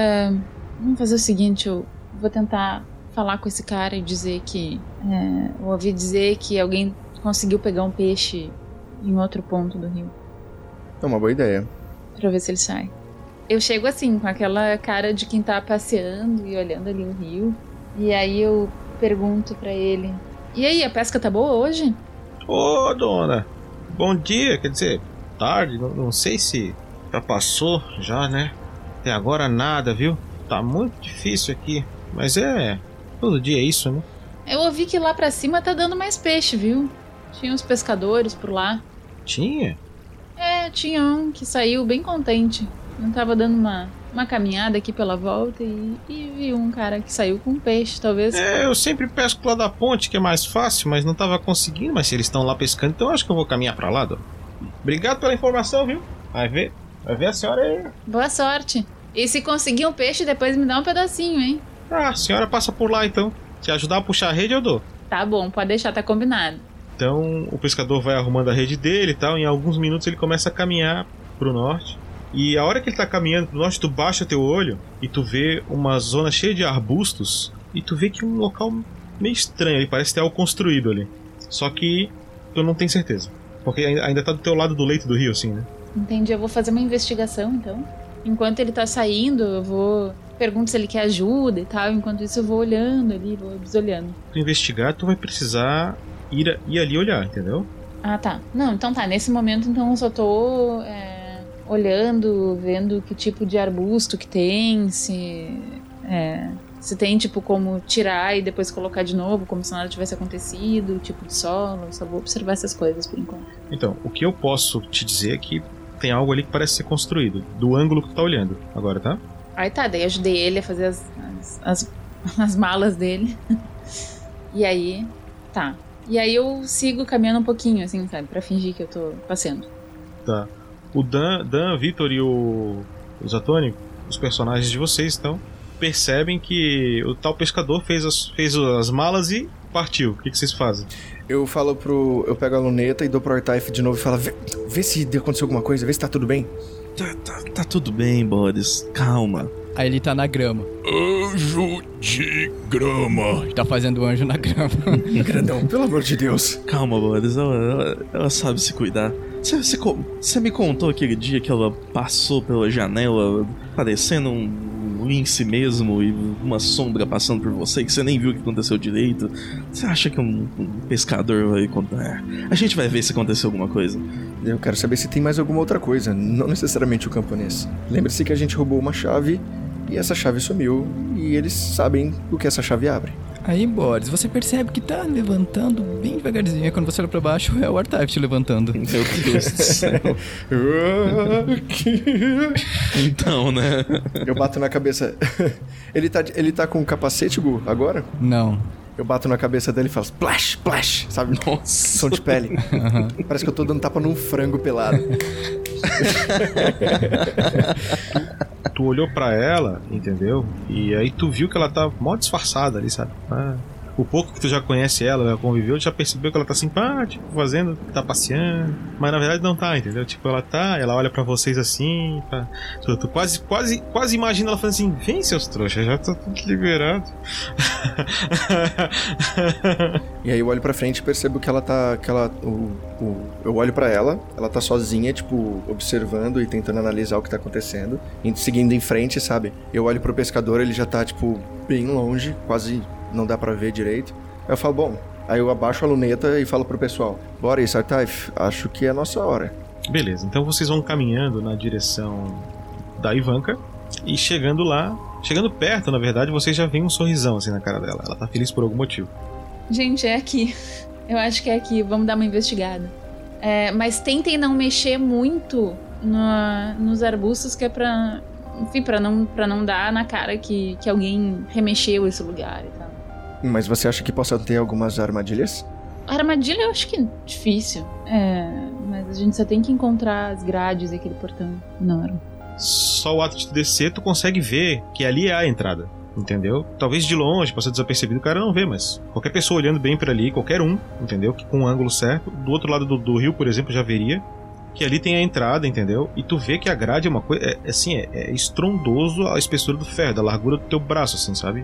Vamos fazer o seguinte, eu vou tentar falar com esse cara e dizer que... eu ouvi dizer que alguém conseguiu pegar um peixe em outro ponto do rio. É uma boa ideia. Pra ver se ele sai. Eu chego assim, com aquela cara de quem tá passeando e olhando ali o rio. E aí eu pergunto pra ele: e aí, a pesca tá boa hoje? Ô, dona, bom dia, quer dizer, tarde, não sei se já passou já, né? Até agora nada, viu? Tá muito difícil aqui, mas todo dia é isso, né? Eu ouvi que lá pra cima tá dando mais peixe, viu? Tinha uns pescadores por lá. Tinha? Tinha um que saiu bem contente. Eu tava dando uma caminhada aqui pela volta e vi um cara que saiu com um peixe, talvez. Eu sempre pesco lá da ponte, que é mais fácil, mas não tava conseguindo. Mas se eles estão lá pescando, então eu acho que eu vou caminhar pra lá, dona. Obrigado pela informação, viu? Vai ver a senhora aí. Boa sorte. E se conseguir um peixe, depois me dá um pedacinho, hein? A senhora passa por lá, então. Se ajudar a puxar a rede, eu dou. Tá bom, pode deixar, tá combinado. Então o pescador vai arrumando a rede dele e tal. Em alguns minutos ele começa a caminhar pro norte. E a hora que ele tá caminhando pro norte, tu baixa teu olho e tu vê uma zona cheia de arbustos. E tu vê que é um local meio estranho. Ele parece ter algo construído ali. Só que tu não tem certeza. Porque ainda tá do teu lado do leito do rio, assim, né? Entendi, eu vou fazer uma investigação então. Enquanto ele tá saindo, eu vou... Pergunto se ele quer ajuda e tal. Enquanto isso eu vou olhando ali, vou bisolhando. Pra investigar, tu vai precisar ir ali olhar, entendeu? Ah, tá. Não, então tá. Nesse momento, então, eu só tô olhando, vendo que tipo de arbusto que tem, se tem, tipo, como tirar e depois colocar de novo, como se nada tivesse acontecido, tipo de solo. Eu só vou observar essas coisas por enquanto. Então, o que eu posso te dizer é que tem algo ali que parece ser construído, do ângulo que tu tá olhando agora, tá? Aí tá, daí ajudei ele a fazer as malas dele. E aí, tá. E aí eu sigo caminhando um pouquinho, assim, sabe? Pra fingir que eu tô passeando. Tá. O Dan, Vitor e o Zatoni, os personagens de vocês, então, percebem que o tal pescador fez as malas e partiu. O que vocês fazem? Eu pego a luneta e dou pro Artaif de novo e falo, vê se aconteceu alguma coisa, vê se tá tudo bem. Tá tudo bem, Boris. Calma. Aí ele tá na grama. Anjo de grama. Tá fazendo anjo na grama. Grandão, pelo amor de Deus. Calma, Boris. Ela sabe se cuidar. Você me contou aquele dia que ela passou pela janela parecendo um lince mesmo e uma sombra passando por você que você nem viu o que aconteceu direito. Você acha que um pescador vai contar? A gente vai ver se aconteceu alguma coisa. Eu quero saber se tem mais alguma outra coisa, não necessariamente o camponês. Lembre-se que a gente roubou uma chave e essa chave sumiu e eles sabem o que essa chave abre. Aí, Boris, você percebe que tá levantando bem devagarzinho. E quando você olha pra baixo, é o Artaif te levantando. Meu Deus do céu. Então, né? Eu bato na cabeça. Ele tá com o capacete, Gu, agora? Não. Eu bato na cabeça dele e falo splash, splash, sabe? Nossa. Som de pele. Uhum. Parece que eu tô dando tapa num frango pelado. Tu olhou pra ela, entendeu? E aí tu viu que ela tá mó disfarçada ali, sabe? O pouco que tu já conhece ela, já conviveu, já percebeu que ela tá simpática, fazendo, tá passeando. Mas na verdade não tá, entendeu? Tipo, ela olha pra vocês assim, tá? Tu quase imagina ela falando assim, vem seus trouxas, já tá tudo liberado. E aí eu olho pra frente e percebo que ela tá... eu olho pra ela tá sozinha, tipo, observando e tentando analisar o que tá acontecendo. E seguindo em frente, sabe? Eu olho pro pescador, ele já tá, tipo, bem longe, quase... não dá pra ver direito. Eu falo, bom, aí eu abaixo a luneta e falo pro pessoal, Boris, Artaif, acho que é a nossa hora. Beleza, então vocês vão caminhando na direção da Ivanka e chegando perto, na verdade, vocês já veem um sorrisão assim na cara dela. Ela tá feliz por algum motivo. Gente, é aqui. Eu acho que é aqui, vamos dar uma investigada. Mas tentem não mexer muito nos arbustos, que é pra... Enfim, pra não dar na cara que alguém remexeu esse lugar e tal. Mas você acha que possa ter algumas armadilhas? Armadilha eu acho que é difícil. Mas a gente só tem que encontrar as grades e aquele portão enorme. Só o ato de descer, tu consegue ver que ali é a entrada, entendeu? Talvez de longe, passa desapercebido, o cara não vê, mas qualquer pessoa olhando bem pra ali, qualquer um, entendeu? Que com um ângulo certo, do outro lado do rio, por exemplo, já veria que ali tem a entrada, entendeu? E tu vê que a grade é uma coisa... É estrondoso a espessura do ferro, da largura do teu braço, assim, sabe?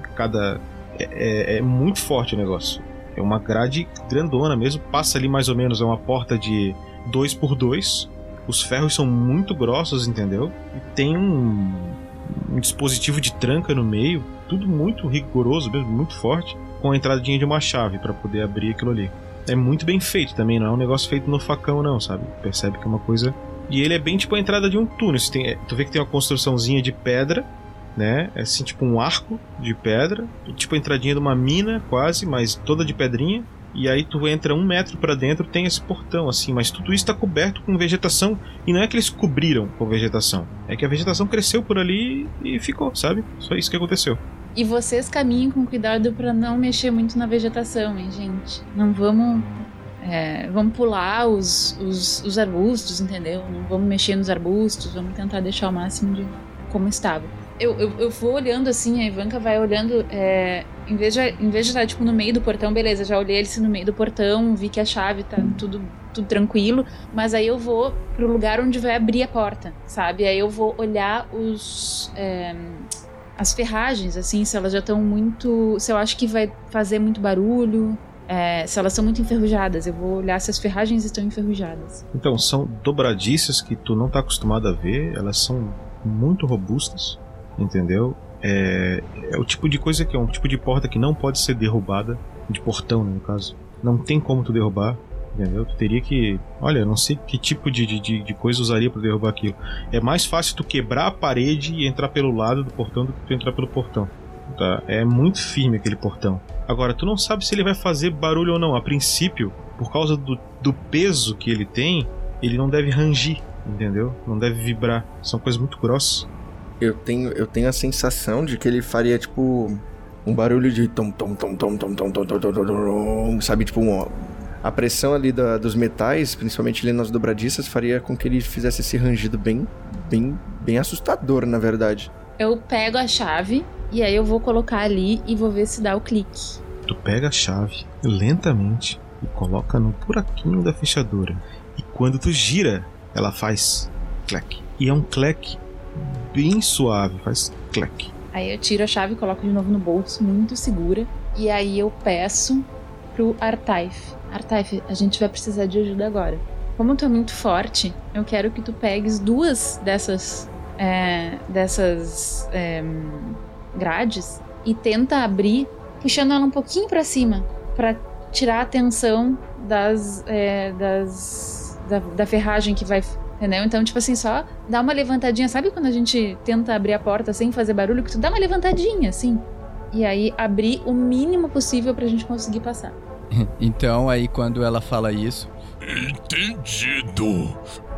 É muito forte o negócio. É uma grade grandona mesmo. Passa ali mais ou menos, é uma porta de 2x2. Os ferros são muito grossos, entendeu? E tem um dispositivo de tranca no meio. Tudo muito rigoroso mesmo, muito forte. Com a entradinha de uma chave pra poder abrir aquilo ali. É muito bem feito também, não é um negócio feito no facão não, sabe? Percebe que é uma coisa... E ele é bem tipo a entrada de um túnel. Tu vê que tem uma construçãozinha de pedra, né? É assim, tipo um arco de pedra. Tipo a entradinha de uma mina, quase, mas toda de pedrinha. E aí tu entra 1 metro pra dentro, tem esse portão, assim. Mas tudo isso tá coberto com vegetação. E não é que eles cobriram com vegetação. É que a vegetação cresceu por ali e ficou, sabe? Só isso que aconteceu. E vocês caminhem com cuidado pra não mexer muito na vegetação, hein, gente? Não vamos... vamos pular os arbustos, entendeu? Não vamos mexer nos arbustos, vamos tentar deixar o máximo de como estava. Eu vou olhando assim, a Ivanka vai olhando, em vez de estar tipo no meio do portão, beleza, já olhei ele no meio do portão, vi que a chave tá tudo tranquilo, mas aí eu vou pro lugar onde vai abrir a porta, sabe? Aí eu vou olhar as ferragens, assim, se elas já estão muito... Se eu acho que vai fazer muito barulho, se elas são muito enferrujadas. Eu vou olhar se as ferragens estão enferrujadas. Então, são dobradiças que tu não tá acostumado a ver. Elas são muito robustas, entendeu? É o tipo de coisa que é um tipo de porta que não pode ser derrubada. De portão, né, no caso. Não tem como tu derrubar, entendeu? Tu teria que... Olha, eu não sei que tipo de coisa usaria pra derrubar aquilo. É mais fácil tu quebrar a parede e entrar pelo lado do portão do que tu entrar pelo portão, tá? É muito firme aquele portão. Agora, tu não sabe se ele vai fazer barulho ou não. A princípio, por causa do peso que ele tem, ele não deve rangir, entendeu? Não deve vibrar. São coisas muito grossas. Eu tenho a sensação de que ele faria, tipo... um barulho de tom, tom, tom, tom, tom, tom, tom, tom, tom, tom, sabe, tipo, a pressão ali dos metais, principalmente ali nas dobradiças, faria com que ele fizesse esse rangido bem assustador, na verdade. Eu pego a chave e aí eu vou colocar ali e vou ver se dá o clique. Tu pega a chave lentamente e coloca no buraquinho da fechadura. E quando tu gira, ela faz clec. E é um clec bem suave, faz clec. Aí eu tiro a chave e coloco de novo no bolso, muito segura. E aí eu peço pro Artaif. Artaif, a gente vai precisar de ajuda agora. Como tu é muito forte, eu quero que tu pegues 2 dessas grades e tenta abrir, puxando ela um pouquinho pra cima, pra tirar a tensão da ferragem que vai... Entendeu? Então, tipo assim, só dá uma levantadinha. Sabe quando a gente tenta abrir a porta sem fazer barulho? Que tu dá uma levantadinha, assim. E aí, abrir o mínimo possível pra gente conseguir passar. Então, aí, quando ela fala isso... Entendido.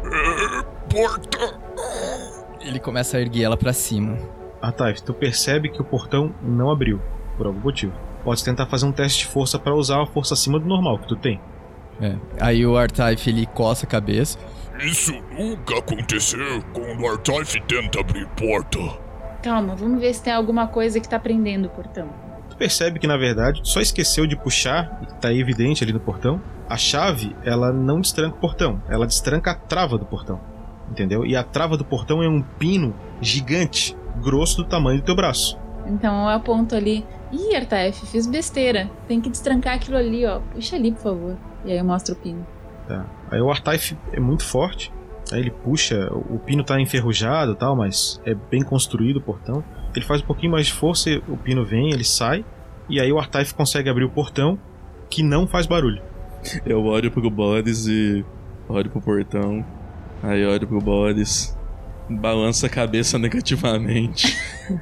Porta. Ele começa a erguer ela pra cima. Artaif, tu percebe que o portão não abriu, por algum motivo. Pode tentar fazer um teste de força pra usar a força acima do normal que tu tem. Aí o Artaif, ele coça a cabeça. Isso nunca aconteceu quando o Artaif tenta abrir porta. Calma, vamos ver se tem alguma coisa que tá prendendo o portão. Tu percebe que, na verdade, tu só esqueceu de puxar, e tá evidente ali no portão. A chave, ela não destranca o portão, ela destranca a trava do portão. Entendeu? E a trava do portão é um pino gigante, grosso do tamanho do teu braço. Então eu aponto ali. Ih, Artaif, fiz besteira. Tem que destrancar aquilo ali, ó. Puxa ali, por favor. E aí eu mostro o pino. Tá. Aí o Artaif é muito forte. Aí ele puxa, o pino tá enferrujado e tal, mas é bem construído o portão. Ele faz um pouquinho mais de força, o pino vem, ele sai. E aí o Artaif consegue abrir o portão, que não faz barulho. Eu olho pro Boris e olho pro portão. Aí olho pro Boris, balanço a cabeça negativamente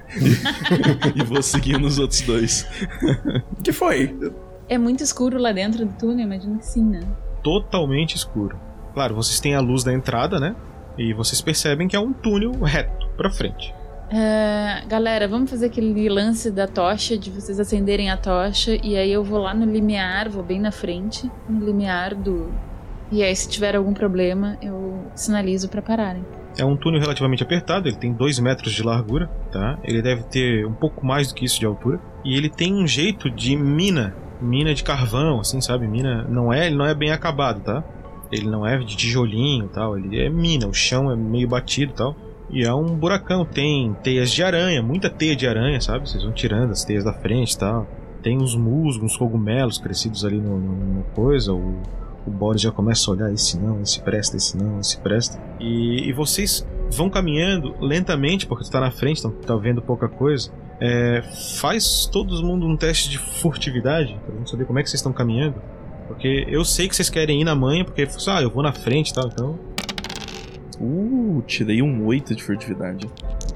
e vou seguindo os outros 2. Que foi? É muito escuro lá dentro do túnel, imagino que sim, né? Totalmente escuro. Claro, vocês têm a luz da entrada, né? E vocês percebem que é um túnel reto pra frente. Galera, vamos fazer aquele lance da tocha, de vocês acenderem a tocha. E aí eu vou lá no limiar, vou bem na frente, no limiar do... E aí se tiver algum problema, eu sinalizo pra pararem. É um túnel relativamente apertado, ele tem 2 metros de largura, tá? Ele deve ter um pouco mais do que isso de altura. E ele tem um jeito de mina de carvão, assim, sabe? Ele não é bem acabado, tá? Ele não é de tijolinho e tal, ele é mina, o chão é meio batido e tal. E é um buracão, tem teias de aranha, muita teia de aranha, sabe? Vocês vão tirando as teias da frente e tal. Tem uns musgos, uns cogumelos crescidos ali no coisa. O Boris já começa a olhar, esse não, esse presta, esse não, esse presta. E vocês vão caminhando lentamente, porque tu tá na frente, então tá vendo pouca coisa. Faz todo mundo um teste de furtividade, pra gente saber como é que vocês estão caminhando. Porque eu sei que vocês querem ir na manha, porque eu vou na frente e tal, então... Tirei um 8 de furtividade.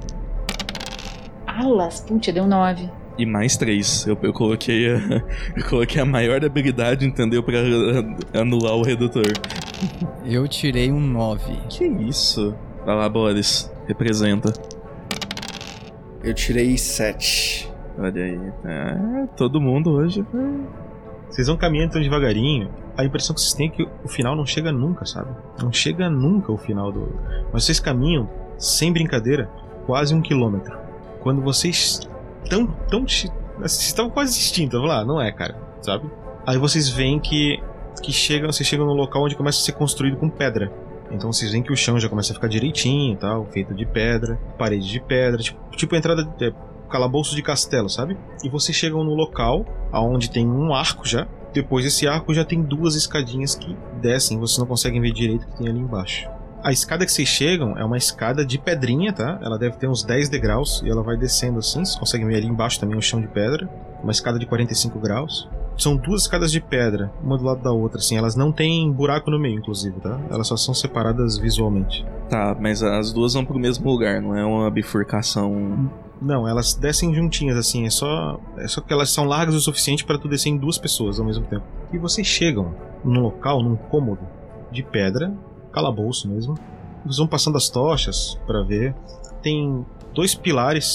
Alas, putz, deu 9. E mais 3. Eu coloquei a maior habilidade, entendeu? Pra anular o redutor. Eu tirei um 9. Que isso? Vai lá, Boris. Representa. Eu tirei 7. Olha aí. Todo mundo hoje. Vocês vão caminhando tão devagarinho. A impressão que vocês têm é que o final não chega nunca, sabe? Não chega nunca o final do... Mas vocês caminham, sem brincadeira, quase 1 quilômetro. Quando vocês vocês estavam quase extintos, vamos lá, não é, cara, sabe? Aí vocês veem que vocês chegam num local onde começa a ser construído com pedra. Então vocês veem que o chão já começa a ficar direitinho e tal, feito de pedra, parede de pedra, tipo entrada de calabouço de castelo, sabe? E vocês chegam no local onde tem um arco já. Depois desse arco já tem 2 escadinhas que descem, vocês não conseguem ver direito o que tem ali embaixo. A escada que vocês chegam é uma escada de pedrinha, tá? Ela deve ter uns 10 degraus e ela vai descendo assim, vocês conseguem ver ali embaixo também o chão de pedra. Uma escada de 45 graus. São 2 escadas de pedra, uma do lado da outra, assim, elas não têm buraco no meio, inclusive, tá? Elas só são separadas visualmente. Tá, mas as 2 vão pro mesmo lugar, não é uma bifurcação... Não, elas descem juntinhas, assim, é só que elas são largas o suficiente para tu descer em 2 pessoas ao mesmo tempo. E vocês chegam num local, num cômodo de pedra, calabouço mesmo. Vocês vão passando as tochas para ver. Tem 2 pilares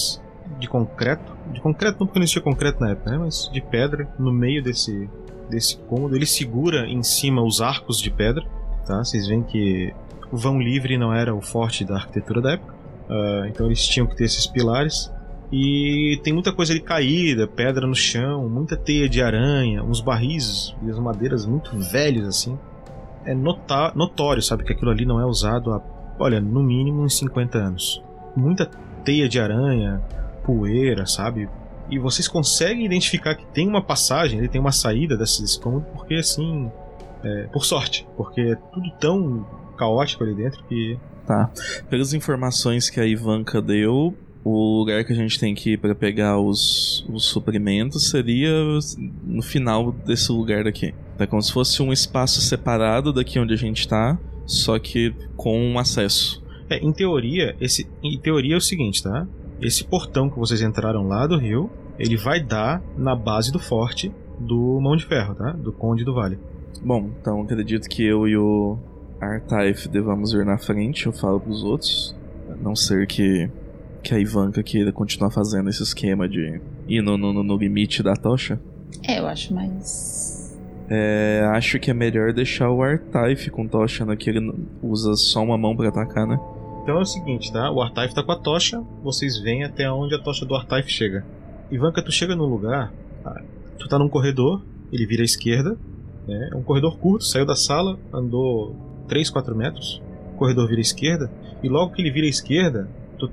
de concreto. De concreto não, porque não existia concreto na época, né? Mas de pedra no meio desse cômodo. Ele segura em cima os arcos de pedra, tá? Vocês veem que o vão livre não era o forte da arquitetura da época. Então eles tinham que ter esses pilares. E tem muita coisa ali caída, pedra no chão, muita teia de aranha, uns barris e as madeiras muito velhos assim. É notório, sabe, que aquilo ali não é usado há, olha, no mínimo uns 50 anos. Muita teia de aranha, poeira, sabe? E vocês conseguem identificar que tem uma passagem, ele tem uma saída desse cômodo, porque assim, por sorte, porque é tudo tão caótico ali dentro que... Tá. Pelas informações que a Ivanka deu, o lugar que a gente tem que ir pra pegar os suprimentos seria no final desse lugar daqui. É como se fosse um espaço separado daqui onde a gente tá, só que com um acesso. Em teoria é o seguinte, tá? Esse portão que vocês entraram lá do rio, ele vai dar na base do forte do Mão de Ferro, tá? Do Conde do Vale. Bom, então acredito que eu e o Artaif devamos ir na frente, eu falo pros outros. A não ser que a Ivanka queira continuar fazendo esse esquema de ir no limite da tocha. Eu acho mais... acho que é melhor deixar o Artaif com tocha, né? Que ele usa só uma mão pra atacar, né? Então é o seguinte, tá? O Artaif tá com a tocha, vocês vêm até onde a tocha do Artaif chega. Ivanka, tu chega num lugar, tu tá num corredor, ele vira à esquerda, né? É um corredor curto, saiu da sala, andou 3, 4 metros, o corredor vira à esquerda, e logo que ele vira à esquerda,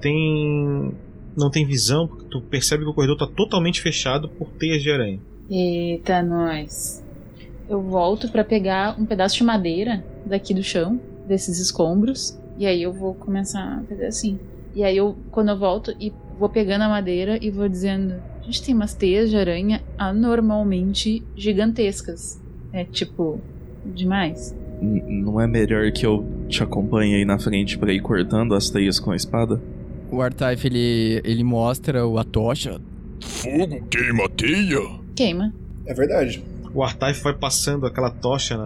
não tem visão, porque tu percebe que o corredor tá totalmente fechado por teias de aranha. Eita, nós. Eu volto pra pegar um pedaço de madeira daqui do chão, desses escombros, e aí eu vou começar a fazer assim. E aí quando eu volto e vou pegando a madeira e vou dizendo, a gente tem umas teias de aranha anormalmente gigantescas. É tipo, demais. Não é melhor que eu te acompanhe aí na frente pra ir cortando as teias com a espada? O Artaif, ele mostra a tocha. Fogo queima a teia? Queima. É verdade. O Artaif vai passando aquela tocha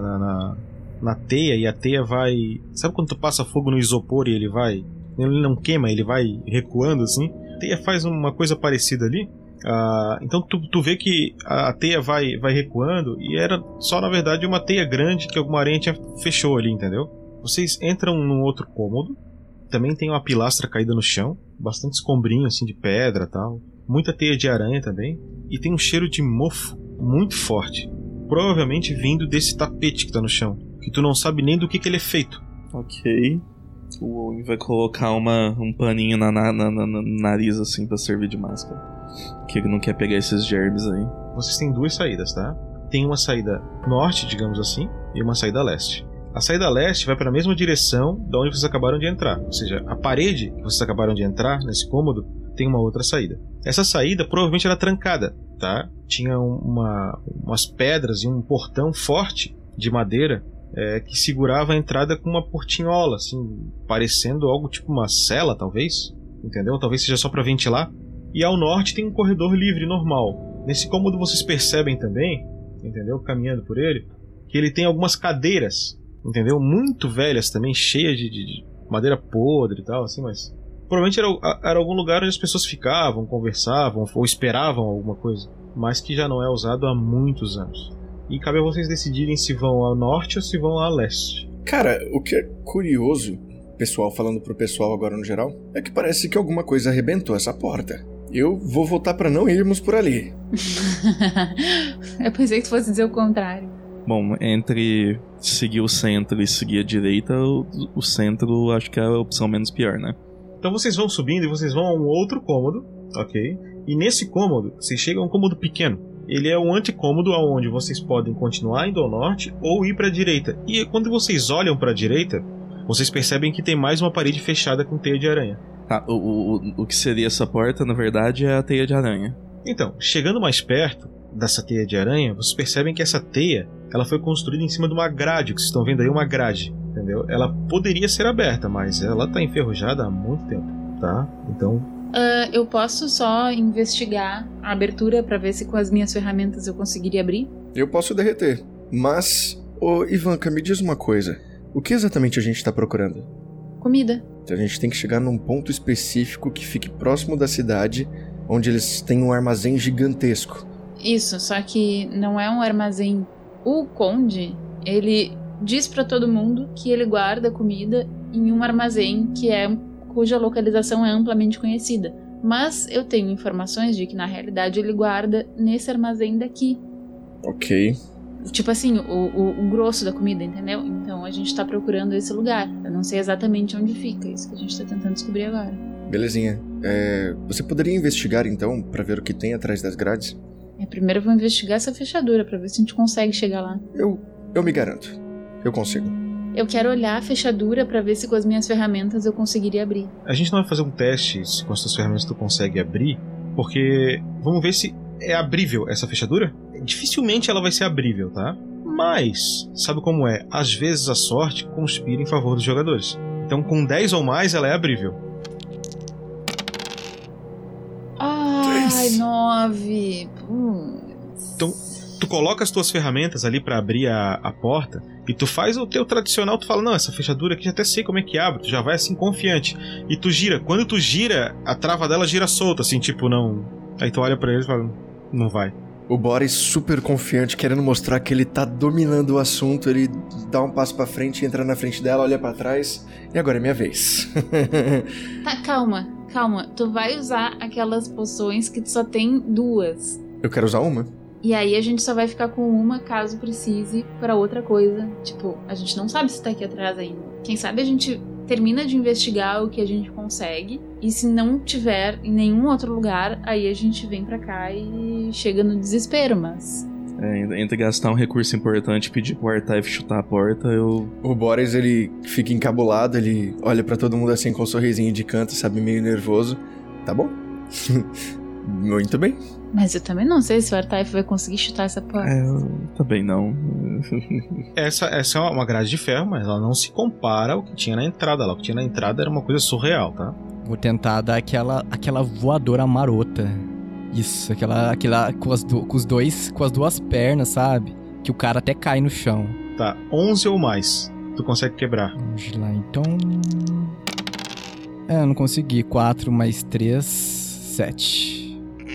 na teia, e a teia vai... Sabe quando tu passa fogo no isopor e ele não queima, ele vai recuando assim? A teia faz uma coisa parecida ali. Então tu vê que a teia vai recuando, e era só, na verdade, uma teia grande que alguma aranha fechou ali, entendeu? Vocês entram num outro cômodo. Também tem uma pilastra caída no chão, bastante escombrinho assim de pedra e tal. Muita teia de aranha também. E tem um cheiro de mofo muito forte, provavelmente vindo desse tapete que tá no chão, que tu não sabe nem do que ele é feito. Ok. O Owen vai colocar um paninho na nariz assim pra servir de máscara, que ele não quer pegar esses germes aí. Vocês têm 2 saídas, tá? Tem uma saída norte, digamos assim, e uma saída leste. A saída leste vai para a mesma direção da onde vocês acabaram de entrar. Ou seja, a parede que vocês acabaram de entrar nesse cômodo tem uma outra saída. Essa saída provavelmente era trancada, tá? Tinha umas pedras e um portão forte de madeira que segurava a entrada com uma portinhola, assim, parecendo algo tipo uma cela, talvez. Entendeu? Talvez seja só para ventilar. E ao norte tem um corredor livre, normal. Nesse cômodo vocês percebem também, entendeu? Caminhando por ele, que ele tem algumas cadeiras, entendeu? Muito velhas também, cheias de madeira podre e tal, assim, mas... Provavelmente era algum lugar onde as pessoas ficavam, conversavam ou esperavam alguma coisa, mas que já não é usado há muitos anos. E cabe a vocês decidirem se vão ao norte ou se vão a leste. Cara, o que é curioso, pessoal, falando pro pessoal agora no geral, é que parece que alguma coisa arrebentou essa porta. Eu vou votar pra não irmos por ali. Eu pensei que tu fosse dizer o contrário. Bom, entre seguir o centro e seguir a direita, o centro acho que é a opção menos pior, né? Então vocês vão subindo e vocês vão a um outro cômodo, ok? E nesse cômodo, vocês chegam a um cômodo pequeno. Ele é um anticômodo onde vocês podem continuar indo ao norte ou ir para a direita. E quando vocês olham para a direita, vocês percebem que tem mais uma parede fechada com teia de aranha. Tá, o que seria essa porta, na verdade, é a teia de aranha. Então, chegando mais perto dessa teia de aranha, vocês percebem que essa teia ela foi construída em cima de uma grade. O que vocês estão vendo aí é uma grade, entendeu? Ela poderia ser aberta, mas ela está enferrujada há muito tempo, tá? Então... eu posso só investigar a abertura pra ver se com as minhas ferramentas eu conseguiria abrir? Eu posso derreter, mas... Ô, Ivanka, me diz uma coisa. O que exatamente a gente tá procurando? Comida. Então a gente tem que chegar num ponto específico que fique próximo da cidade, onde eles têm um armazém gigantesco. Isso, só que não é um armazém. O Conde, ele diz pra todo mundo que ele guarda comida em um armazém cuja localização é amplamente conhecida. Mas eu tenho informações de que na realidade ele guarda nesse armazém daqui. Ok. Tipo assim, o grosso da comida, entendeu? Então a gente tá procurando esse lugar. Eu não sei exatamente onde fica, isso que a gente tá tentando descobrir agora. Belezinha. Você poderia investigar então, pra ver o que tem atrás das grades? Primeiro eu vou investigar essa fechadura, pra ver se a gente consegue chegar lá. Eu me garanto. Eu consigo. Eu quero olhar a fechadura pra ver se com as minhas ferramentas eu conseguiria abrir. A gente não vai fazer um teste se com as suas ferramentas tu consegue abrir, porque vamos ver se é abrível essa fechadura. Dificilmente ela vai ser abrível, tá? Mas, sabe como é? Às vezes a sorte conspira em favor dos jogadores. Então com 10 ou mais ela é abrível. Ai, 9. Então, tu coloca as tuas ferramentas ali pra abrir a porta e tu faz o teu tradicional, tu fala, não, essa fechadura aqui já até sei como é que abre, tu já vai assim confiante. E tu gira, quando tu gira, a trava dela gira solta, assim, tipo, não... Aí tu olha pra ele e fala, não vai. O Boris, super confiante, querendo mostrar que ele tá dominando o assunto, ele dá um passo pra frente, entra na frente dela, olha pra trás, e agora é minha vez. Tá, calma. Tu vai usar aquelas poções que tu só tem 2. Eu quero usar uma. E aí a gente só vai ficar com uma caso precise pra outra coisa. Tipo, a gente não sabe se tá aqui atrás ainda. Quem sabe a gente termina de investigar o que a gente consegue, e se não tiver em nenhum outro lugar, aí a gente vem pra cá e chega no desespero, mas... Entre gastar um recurso importante e pedir pro Artaife chutar a porta, O Boris, ele fica encabulado, ele olha pra todo mundo assim com um sorrisinho de canto, sabe, meio nervoso. Tá bom. Muito bem. Mas eu também não sei se o Artaife vai conseguir chutar essa porta. Eu também não. Essa é uma grade de ferro, mas ela não se compara ao que tinha na entrada lá. O que tinha na entrada era uma coisa surreal, tá? Vou tentar dar aquela voadora marota. Isso, aquela com as duas pernas, sabe? Que o cara até cai no chão. Tá, 11 ou mais. Tu consegue quebrar. Vamos lá, então... não consegui. 4 mais 3, 7.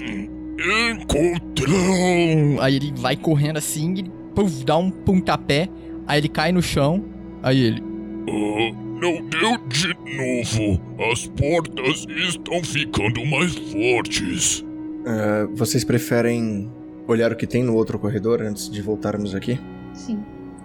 Encontrão! Aí ele vai correndo assim, ele dá um pontapé, aí ele cai no chão, aí ele... Não deu de novo. As portas estão ficando mais fortes. Vocês preferem olhar o que tem no outro corredor antes de voltarmos aqui? Sim.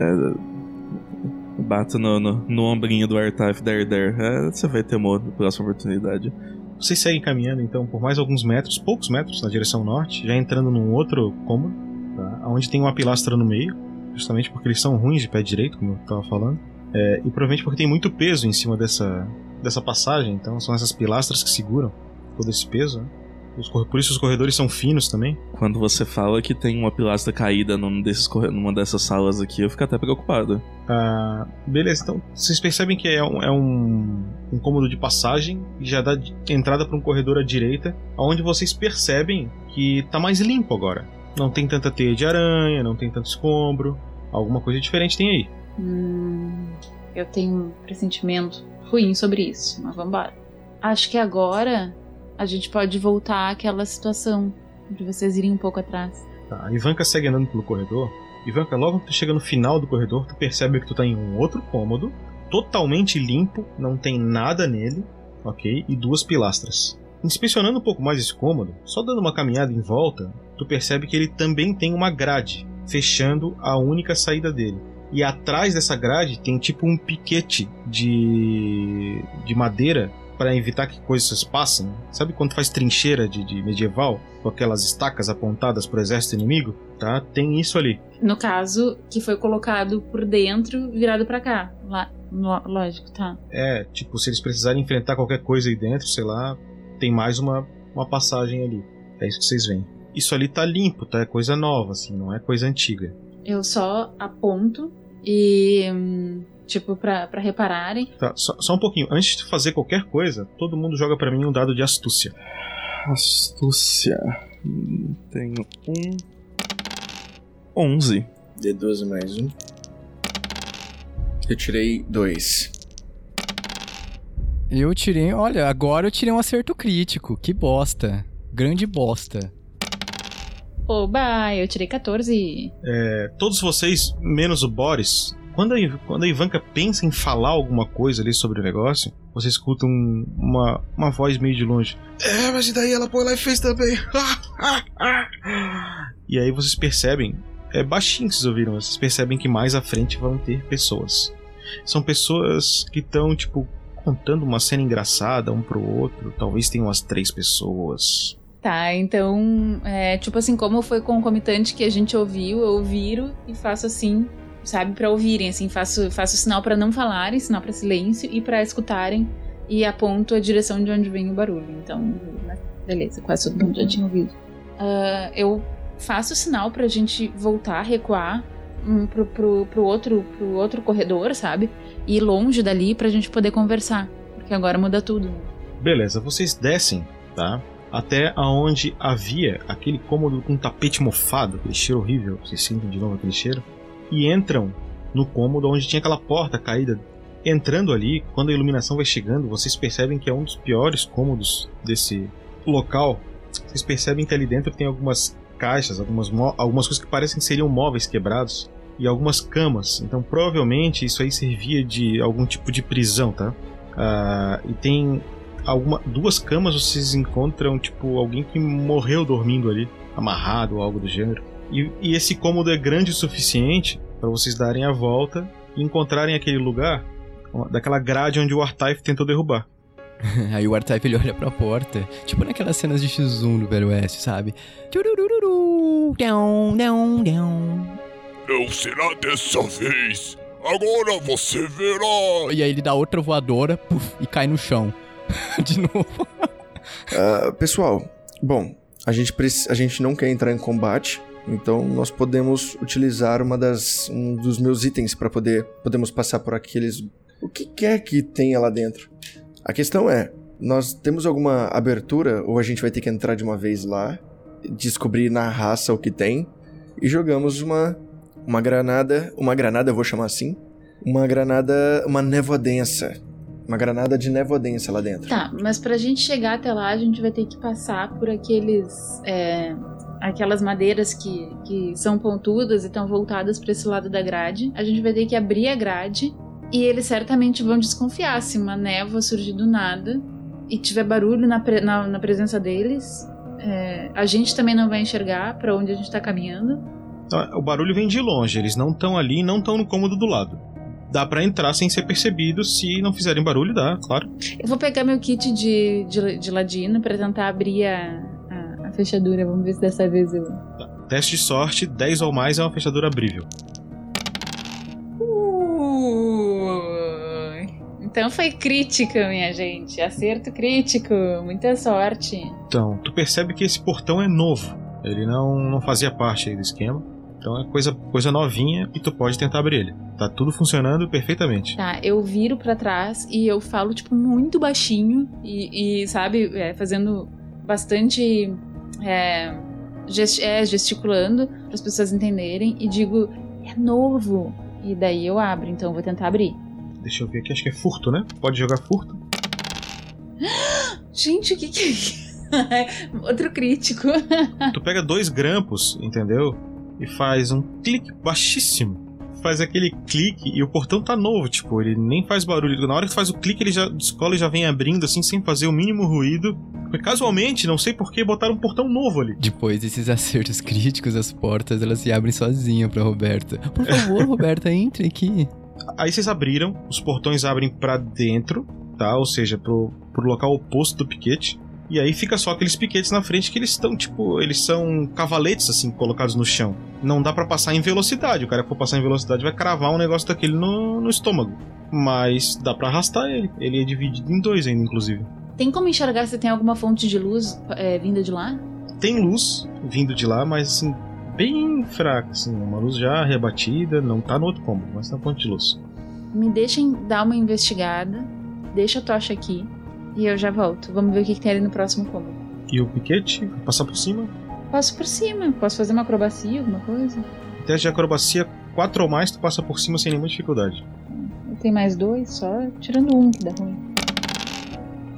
Bato no ombrinho do Artaife da Herder. Você vai ter uma próxima oportunidade. Vocês seguem caminhando, então, por mais alguns metros, poucos metros, na direção norte, já entrando num outro cômodo, tá? Onde tem uma pilastra no meio, justamente porque eles são ruins de pé direito, como eu tava falando, e provavelmente porque tem muito peso em cima dessa passagem, então são essas pilastras que seguram todo esse peso, né? Por isso os corredores são finos também. Quando você fala que tem uma pilastra caída numa dessas salas aqui, eu fico até preocupado. Beleza, então vocês percebem que é um cômodo de passagem e já dá entrada para um corredor à direita, onde vocês percebem que tá mais limpo agora. Não tem tanta teia de aranha, não tem tanto escombro. Alguma coisa diferente tem aí. Eu tenho um pressentimento ruim sobre isso, mas vambora. Acho que agora a gente pode voltar àquela situação de vocês irem um pouco atrás. Tá, a Ivanka segue andando pelo corredor. Ivanka, logo que tu chega no final do corredor, tu percebe que tu tá em um outro cômodo, totalmente limpo, não tem nada nele, ok? E 2 pilastras. Inspecionando um pouco mais esse cômodo, só dando uma caminhada em volta, tu percebe que ele também tem uma grade, fechando a única saída dele. E atrás dessa grade tem tipo um piquete de madeira para evitar que coisas passem. Sabe quando faz trincheira de medieval? Com aquelas estacas apontadas pro exército inimigo? Tá? Tem isso ali. No caso, que foi colocado por dentro, virado pra cá. Lá, lógico, tá. Tipo, se eles precisarem enfrentar qualquer coisa aí dentro, sei lá, tem mais uma passagem ali. É isso que vocês veem. Isso ali tá limpo, tá? É coisa nova, assim, não é coisa antiga. Eu só aponto e... tipo, pra repararem. Tá, só um pouquinho. Antes de fazer qualquer coisa, todo mundo joga pra mim um dado de astúcia. Astúcia. Tenho 11. D12 mais 1. Eu tirei 2. Eu tirei... Olha, agora eu tirei um acerto crítico. Que bosta. Grande bosta. Oba, eu tirei 14. Todos vocês, menos o Boris, quando a Ivanka pensa em falar alguma coisa ali sobre o negócio, você escuta uma voz meio de longe. Mas e daí ela foi lá e fez também. E aí vocês percebem, baixinho que vocês ouviram, vocês percebem que mais à frente vão ter pessoas. São pessoas que estão, tipo, contando uma cena engraçada um pro outro. Talvez tenham umas 3 pessoas. Tá, então, tipo assim, como foi concomitante que a gente ouviu, eu viro e faço assim, sabe, pra ouvirem, assim, faço sinal pra não falarem, sinal pra silêncio e pra escutarem, e aponto a direção de onde vem o barulho. Então, beleza, quase todo mundo já tinha ouvido. Eu faço sinal pra gente voltar, recuar pro outro corredor, sabe, e ir longe dali pra gente poder conversar, porque agora muda tudo. Beleza, vocês descem, tá? Até aonde havia aquele cômodo com tapete mofado, aquele cheiro horrível, vocês sentem de novo aquele cheiro, e entram no cômodo onde tinha aquela porta caída. Entrando ali, quando a iluminação vai chegando, vocês percebem que é um dos piores cômodos desse local. Vocês percebem que ali dentro tem algumas caixas, algumas coisas que parecem que seriam móveis quebrados, e algumas camas. Então provavelmente isso aí servia de algum tipo de prisão, tá? E tem... 2 camas vocês encontram, tipo, alguém que morreu dormindo ali, amarrado ou algo do gênero. E esse cômodo é grande o suficiente para vocês darem a volta e encontrarem aquele lugar daquela grade onde o Artaif tentou derrubar. Aí o Artaif ele olha pra porta, tipo naquelas cenas de X1 do Velho Oeste, sabe? Não será dessa vez. Agora você verá. E aí ele dá outra voadora, puff, e cai no chão. De novo. Pessoal, bom, a gente não quer entrar em combate, então nós podemos utilizar um dos meus itens para podemos passar por aqueles... O que quer que tenha lá dentro. A questão é, nós temos alguma abertura ou a gente vai ter que entrar de uma vez lá, descobrir na raça o que tem e jogamos uma granada, eu vou chamar assim, uma névoa densa. Uma granada de névoa densa lá dentro. Tá, mas pra gente chegar até lá, a gente vai ter que passar por aquelas madeiras que são pontudas e estão voltadas pra esse lado da grade. A gente vai ter que abrir a grade e eles certamente vão desconfiar se uma névoa surgir do nada e tiver barulho na presença deles. A gente também não vai enxergar pra onde a gente tá caminhando. O barulho vem de longe, eles não estão ali, não estão no cômodo do lado. Dá pra entrar sem ser percebido, se não fizerem barulho, dá, claro. Eu vou pegar meu kit de ladino pra tentar abrir a fechadura. Vamos ver se dessa vez eu... Tá. Teste de sorte, 10 ou mais é uma fechadura abrível. Então foi crítico, minha gente. Acerto crítico. Muita sorte. Então, tu percebe que esse portão é novo. Ele não fazia parte aí do esquema. Então é coisa novinha e tu pode tentar abrir ele. Tá tudo funcionando perfeitamente. Tá, eu viro pra trás e eu falo, tipo, muito baixinho e sabe, fazendo bastante... gesticulando para as pessoas entenderem e digo, é novo. E daí eu abro, então eu vou tentar abrir. Deixa eu ver aqui, acho que é furto, né? Pode jogar furto. Gente, o que é isso? Outro crítico. Tu pega 2 grampos, entendeu? E faz um clique baixíssimo. Faz aquele clique e o portão tá novo, tipo, ele nem faz barulho. Na hora que tu faz o clique, ele já descola e já vem abrindo, assim, sem fazer o mínimo ruído. Porque casualmente, não sei porquê, botaram um portão novo ali. Depois desses acertos críticos, as portas, elas se abrem sozinhas pra Roberta. Por favor, Roberta, entre aqui. Aí vocês abriram, os portões abrem pra dentro, tá? Ou seja, pro local oposto do piquete. E aí fica só aqueles piquetes na frente que eles estão, tipo, eles são cavaletes, assim, colocados no chão. Não dá pra passar em velocidade. O cara que for passar em velocidade vai cravar um negócio daquele no estômago. Mas dá pra arrastar ele. Ele é dividido em 2 ainda, inclusive. Tem como enxergar se tem alguma fonte de luz vinda de lá? Tem luz vindo de lá, mas, assim, bem fraca, assim. Uma luz já rebatida, não tá no outro cômodo, mas tá fonte de luz. Me deixem dar uma investigada. Deixa a tocha aqui. E eu já volto. Vamos ver o que tem ali no próximo cômodo. E o piquete? Passar por cima? Passo por cima. Posso fazer uma acrobacia, alguma coisa? Teste de acrobacia 4 ou mais, tu passa por cima sem nenhuma dificuldade. Eu tenho mais 2 só, tirando 1 que dá ruim.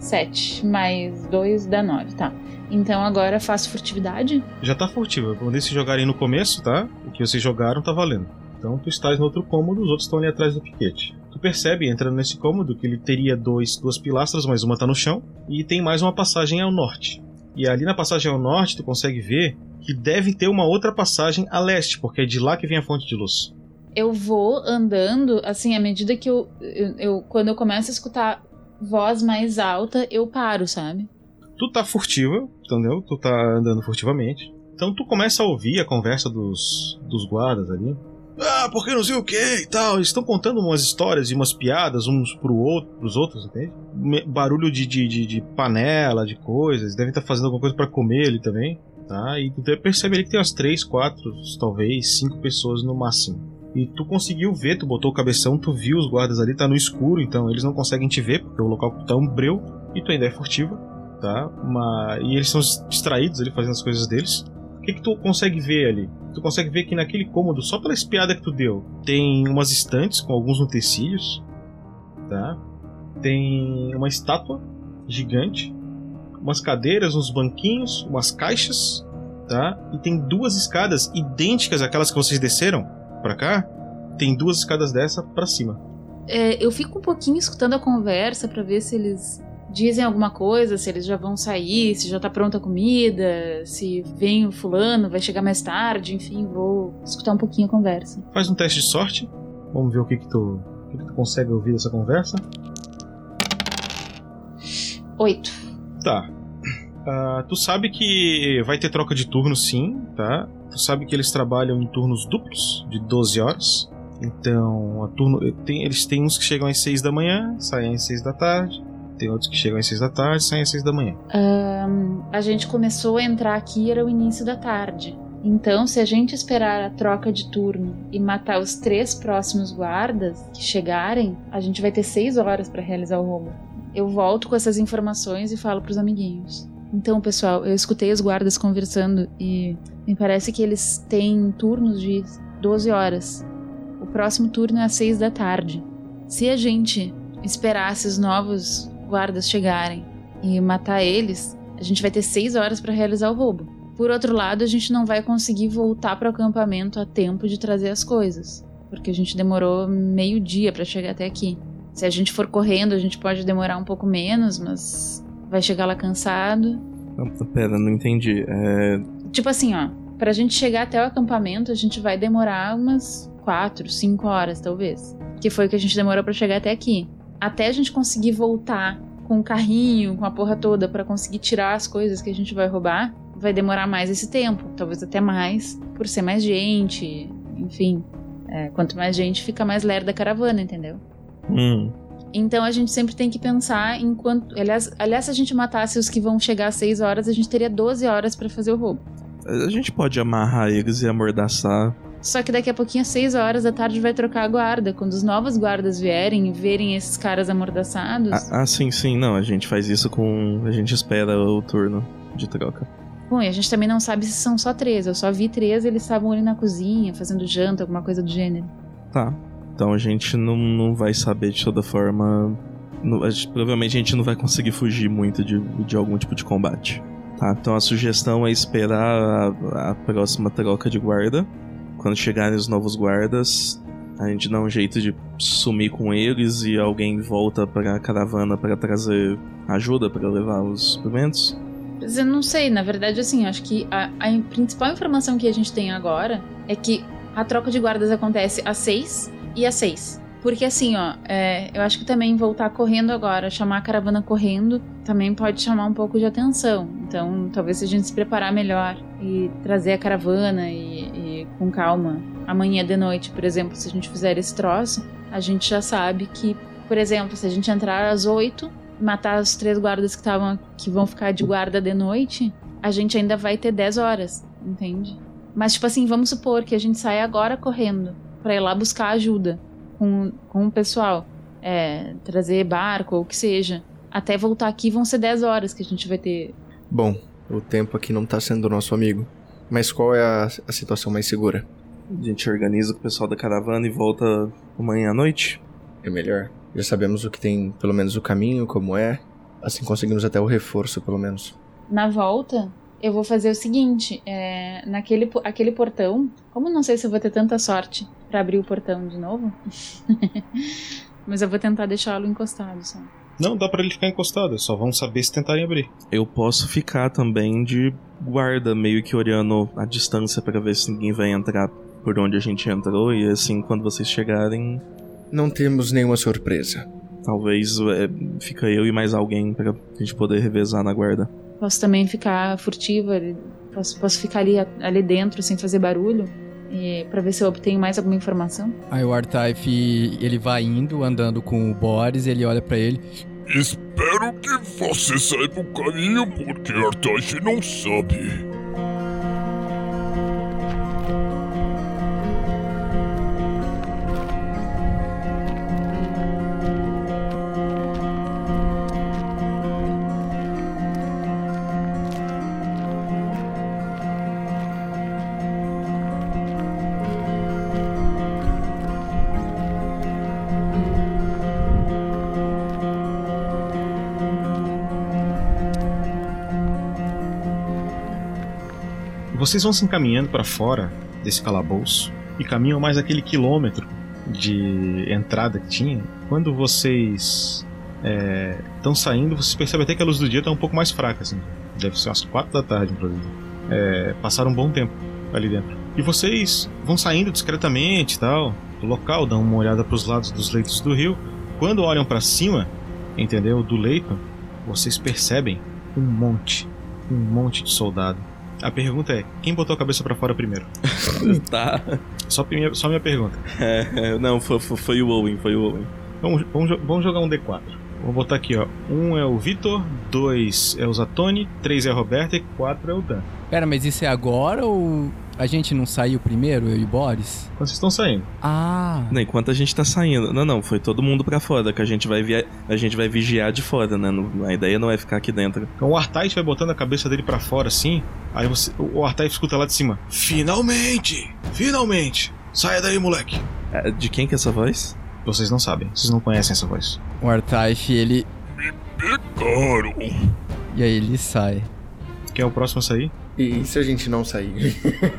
7, mais 2 dá 9, tá. Então agora faço furtividade? Já tá furtiva. Quando eles se jogarem no começo, tá? O que vocês jogaram tá valendo. Então tu estás no outro cômodo, os outros estão ali atrás do piquete. Tu percebe, entrando nesse cômodo, que ele teria duas pilastras, mas uma tá no chão, e tem mais uma passagem ao norte. E ali na passagem ao norte tu consegue ver que deve ter uma outra passagem a leste, porque é de lá que vem a fonte de luz. Eu vou andando, assim, à medida que quando eu começo a escutar voz mais alta, eu paro, sabe? Tu tá furtiva, entendeu? Tu tá andando furtivamente. Então tu começa a ouvir a conversa dos guardas ali. Ah, porque não sei o que e tal. Eles estão contando umas histórias e umas piadas uns pros outros, entende? Barulho de panela, de coisas. Devem estar fazendo alguma coisa pra comer ali também, tá? E tu percebe ali que tem umas 3, 4, talvez 5 pessoas no máximo. E tu conseguiu ver, tu botou o cabeção, tu viu os guardas ali, tá no escuro, então eles não conseguem te ver, porque o local tá um breu, e tu ainda é furtiva, tá? E eles são distraídos ali fazendo as coisas deles. O que tu consegue ver ali? Tu consegue ver que naquele cômodo, só pela espiada que tu deu, tem umas estantes com alguns utensílios, tá? Tem uma estátua gigante, umas cadeiras, uns banquinhos, umas caixas, tá? E tem 2 escadas idênticas àquelas que vocês desceram pra cá. Tem 2 escadas dessa pra cima. Eu fico um pouquinho escutando a conversa pra ver se eles dizem alguma coisa, se eles já vão sair, se já tá pronta a comida, se vem o fulano, vai chegar mais tarde, enfim, vou escutar um pouquinho a conversa. Faz um teste de sorte. Vamos ver o que tu consegue ouvir dessa conversa. 8. Tá. Tu sabe que vai ter troca de turno, sim, tá? Tu sabe que eles trabalham em turnos duplos, de 12 horas. Então, eles têm uns que chegam às 6 da manhã, saem às 6 da tarde. Tem outros que chegam às 6 da tarde, saem às 6 da manhã. A gente começou a entrar aqui, era o início da tarde. Então, se a gente esperar a troca de turno e matar os 3 próximos guardas que chegarem, a gente vai ter 6 horas pra realizar o roubo. Eu volto com essas informações e falo pros amiguinhos. Então, pessoal, eu escutei os guardas conversando e me parece que eles têm turnos de 12 horas. O próximo turno é às 6 da tarde. Se a gente esperasse os novos guardas chegarem e matar eles, a gente vai ter 6 horas para realizar o roubo. Por outro lado, a gente não vai conseguir voltar para o acampamento a tempo de trazer as coisas, porque a gente demorou meio-dia para chegar até aqui. Se a gente for correndo, a gente pode demorar um pouco menos, mas vai chegar lá cansado. Pera, não entendi. Tipo assim, ó, pra gente chegar até o acampamento, a gente vai demorar umas 4, 5 horas, talvez. Que foi o que a gente demorou pra chegar até aqui. Até a gente conseguir voltar com o carrinho, com a porra toda, pra conseguir tirar as coisas que a gente vai roubar, vai demorar mais esse tempo. Talvez até mais, por ser mais gente, enfim. Quanto mais gente, fica mais lerda a caravana, entendeu? Então a gente sempre tem que pensar em quanto... Aliás, se a gente matasse os que vão chegar às 6 horas, a gente teria 12 horas pra fazer o roubo. A gente pode amarrar eles e amordaçar. Só que daqui a pouquinho, às 6 horas da tarde, vai trocar a guarda. Quando os novos guardas vierem e verem esses caras amordaçados... Sim. Não, a gente faz isso com... A gente espera o turno de troca. Bom, e a gente também não sabe se são só 3. Eu só vi 3 e eles estavam ali na cozinha, fazendo janta, alguma coisa do gênero. Tá. Então a gente não vai saber de toda forma... Provavelmente a gente não vai conseguir fugir muito de algum tipo de combate. Tá, então a sugestão é esperar a próxima troca de guarda. Quando chegarem os novos guardas, a gente dá um jeito de sumir com eles e alguém volta pra caravana pra trazer ajuda pra levar os suprimentos. Mas eu não sei, na verdade, assim, acho que a principal informação que a gente tem agora é que a troca de guardas acontece às 6 e às 6. Porque assim, ó, eu acho que também voltar correndo agora, chamar a caravana correndo, também pode chamar um pouco de atenção. Então, talvez se a gente se preparar melhor e trazer a caravana e com calma, amanhã de noite, por exemplo, se a gente fizer esse troço, a gente já sabe que, por exemplo, se a gente entrar às 8, matar os 3 guardas que vão ficar de guarda de noite, a gente ainda vai ter 10 horas, entende? Mas, tipo assim, vamos supor que a gente saia agora correndo pra ir lá buscar ajuda com o pessoal, trazer barco ou o que seja. Até voltar aqui vão ser 10 horas que a gente vai ter. Bom, o tempo aqui não tá sendo nosso amigo. Mas qual é a situação mais segura? A gente organiza com o pessoal da caravana e volta amanhã à noite? É melhor. Já sabemos o que tem, pelo menos o caminho, como é. Assim conseguimos até o reforço, pelo menos. Na volta, eu vou fazer o seguinte, aquele portão, como não sei se eu vou ter tanta sorte pra abrir o portão de novo, mas eu vou tentar deixá-lo encostado só. Não, dá pra ele ficar encostado, só vão saber se tentarem abrir. Eu posso ficar também de guarda, meio que olhando a distância pra ver se ninguém vai entrar por onde a gente entrou, e assim, quando vocês chegarem... Não temos nenhuma surpresa. Talvez fica eu e mais alguém pra gente poder revezar na guarda. Posso também ficar furtiva, posso ficar ali dentro sem fazer barulho, pra ver se eu obtenho mais alguma informação. Aí o Artaif, ele vai indo, andando com o Boris, ele olha pra ele. Espero que você saiba o caminho, porque Artaif não sabe. Vocês vão se encaminhando para fora desse calabouço e caminham mais aquele quilômetro de entrada que tinha. Quando vocês estão saindo, vocês percebem até que a luz do dia está um pouco mais fraca, assim. Deve ser umas 4 da tarde, inclusive. Passaram um bom tempo ali dentro. E vocês vão saindo discretamente e tal, do local, dão uma olhada para os lados dos leitos do rio. Quando olham para cima, entendeu, do leito, vocês percebem um monte de soldado. A pergunta é, quem botou a cabeça pra fora primeiro? Tá. Só minha pergunta. Não, foi o Owen, Vamos jogar um D4. Vou botar aqui, ó. 1 é o Vitor, 2 é o Zatoni, 3 é a Roberta e 4 é o Dan. Pera, mas isso é agora ou a gente não saiu primeiro, eu e o Boris? Quando vocês estão saindo. Ah. Não, enquanto a gente tá saindo. Não, foi todo mundo pra fora, que a gente vai vigiar de fora, né? A ideia não é ficar aqui dentro. Então o Artaif vai botando a cabeça dele pra fora assim, aí o Artaif escuta lá de cima. Finalmente! Saia daí, moleque! De quem que é essa voz? Vocês não sabem, vocês não conhecem essa voz. O Artaif, ele... Me pegaram! E aí ele sai. Quem é o próximo a sair? E se a gente não sair?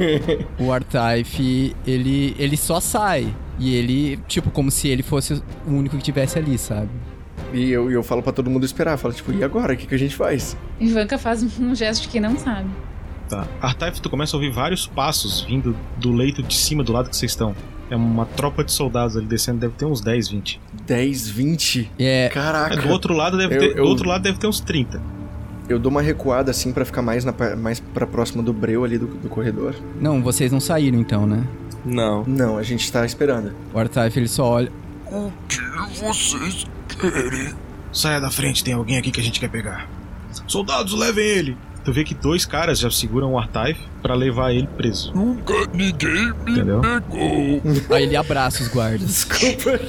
O Artaif, ele só sai. E ele, tipo, como se ele fosse o único que estivesse ali, sabe? E eu falo pra todo mundo esperar. Falo, tipo, e agora? O que a gente faz? Ivanka faz um gesto de quem não sabe. Tá. Artaif, tu começa a ouvir vários passos vindo do leito de cima, do lado que vocês estão. É uma tropa de soldados ali descendo, deve ter uns 10, 20. 10, 20? Caraca. Do outro lado deve ter uns 30. Eu dou uma recuada assim pra ficar mais pra próxima do breu ali do corredor. Não, vocês não saíram então, né? Não, a gente tá esperando. O Artaif, ele só olha. O que vocês querem? Saia da frente, tem alguém aqui que a gente quer pegar. Soldados, levem ele! Tu vê que 2 caras já seguram o Artaif pra levar ele preso. Nunca ninguém me pegou. Aí ele abraça os guardas. Desculpa.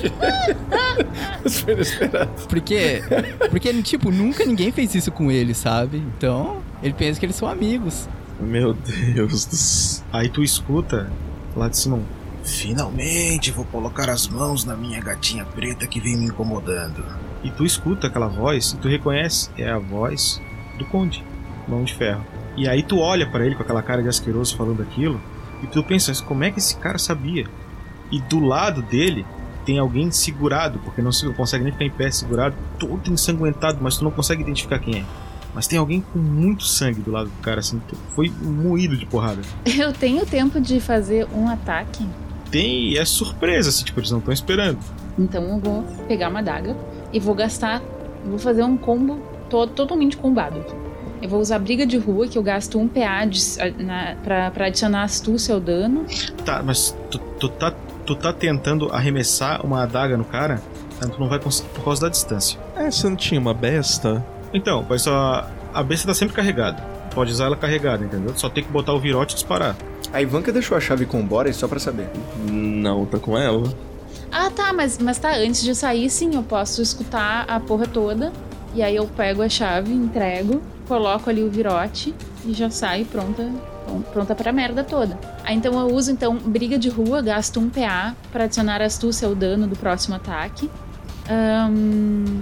Isso foi inesperado. Porque, tipo, nunca ninguém fez isso com ele, sabe? Então, ele pensa que eles são amigos. Meu Deus do céu. Aí tu escuta lá de cima. Finalmente vou colocar as mãos na minha gatinha preta que vem me incomodando. E tu escuta aquela voz e tu reconhece, é a voz do Conde, Mão de Ferro. E aí tu olha pra ele com aquela cara de asqueroso falando aquilo e tu pensa, como é que esse cara sabia? E do lado dele tem alguém segurado, porque não consegue nem ficar em pé segurado, todo ensanguentado, mas tu não consegue identificar quem é. Mas tem alguém com muito sangue do lado do cara, assim, que foi moído de porrada. Eu tenho tempo de fazer um ataque? Tem, e é surpresa, assim, tipo, eles não estão esperando. Então eu vou pegar uma adaga e vou vou fazer um combo totalmente combado. Eu vou usar briga de rua, que eu gasto 1 PA pra adicionar astúcia ao dano. Tá, mas tu tá tentando arremessar uma adaga no cara, tu não vai conseguir por causa da distância. Você não tinha uma besta? Então, mas a besta tá sempre carregada. Pode usar ela carregada, entendeu? Só tem que botar o virote e disparar. A Ivanka deixou a chave com o Boris só pra saber. Não, tá com ela. Ah, tá, mas tá, antes de sair, sim, eu posso escutar a porra toda. E aí eu pego a chave, entrego, coloco ali o virote e já saio pronta pra merda toda. Aí então eu uso briga de rua, gasto 1 PA pra adicionar astúcia ao dano do próximo ataque.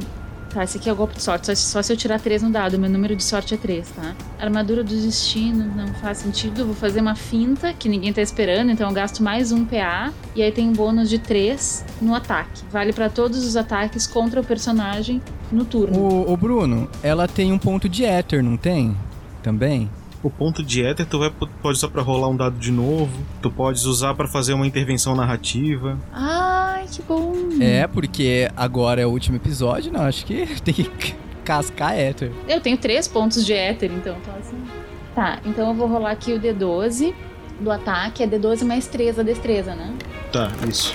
Tá, esse aqui é o golpe de sorte. Só se eu tirar 3 no dado. Meu número de sorte é 3, tá? Armadura do destino, não faz sentido. Eu vou fazer uma finta que ninguém tá esperando, então eu gasto mais 1 PA. E aí tem um bônus de 3 no ataque. Vale pra todos os ataques contra o personagem no turno. Ô Bruno, ela tem um ponto de éter, não tem? Também? O ponto de éter tu pode usar pra rolar um dado de novo. Tu pode usar pra fazer uma intervenção narrativa. Ai, que bom. É, porque agora é o último episódio, não, acho que tem que cascar éter. Eu tenho 3 pontos de éter, então tá assim. Tá, então eu vou rolar aqui o D12 do ataque. É D12 mais 3 a destreza, né? Tá, isso.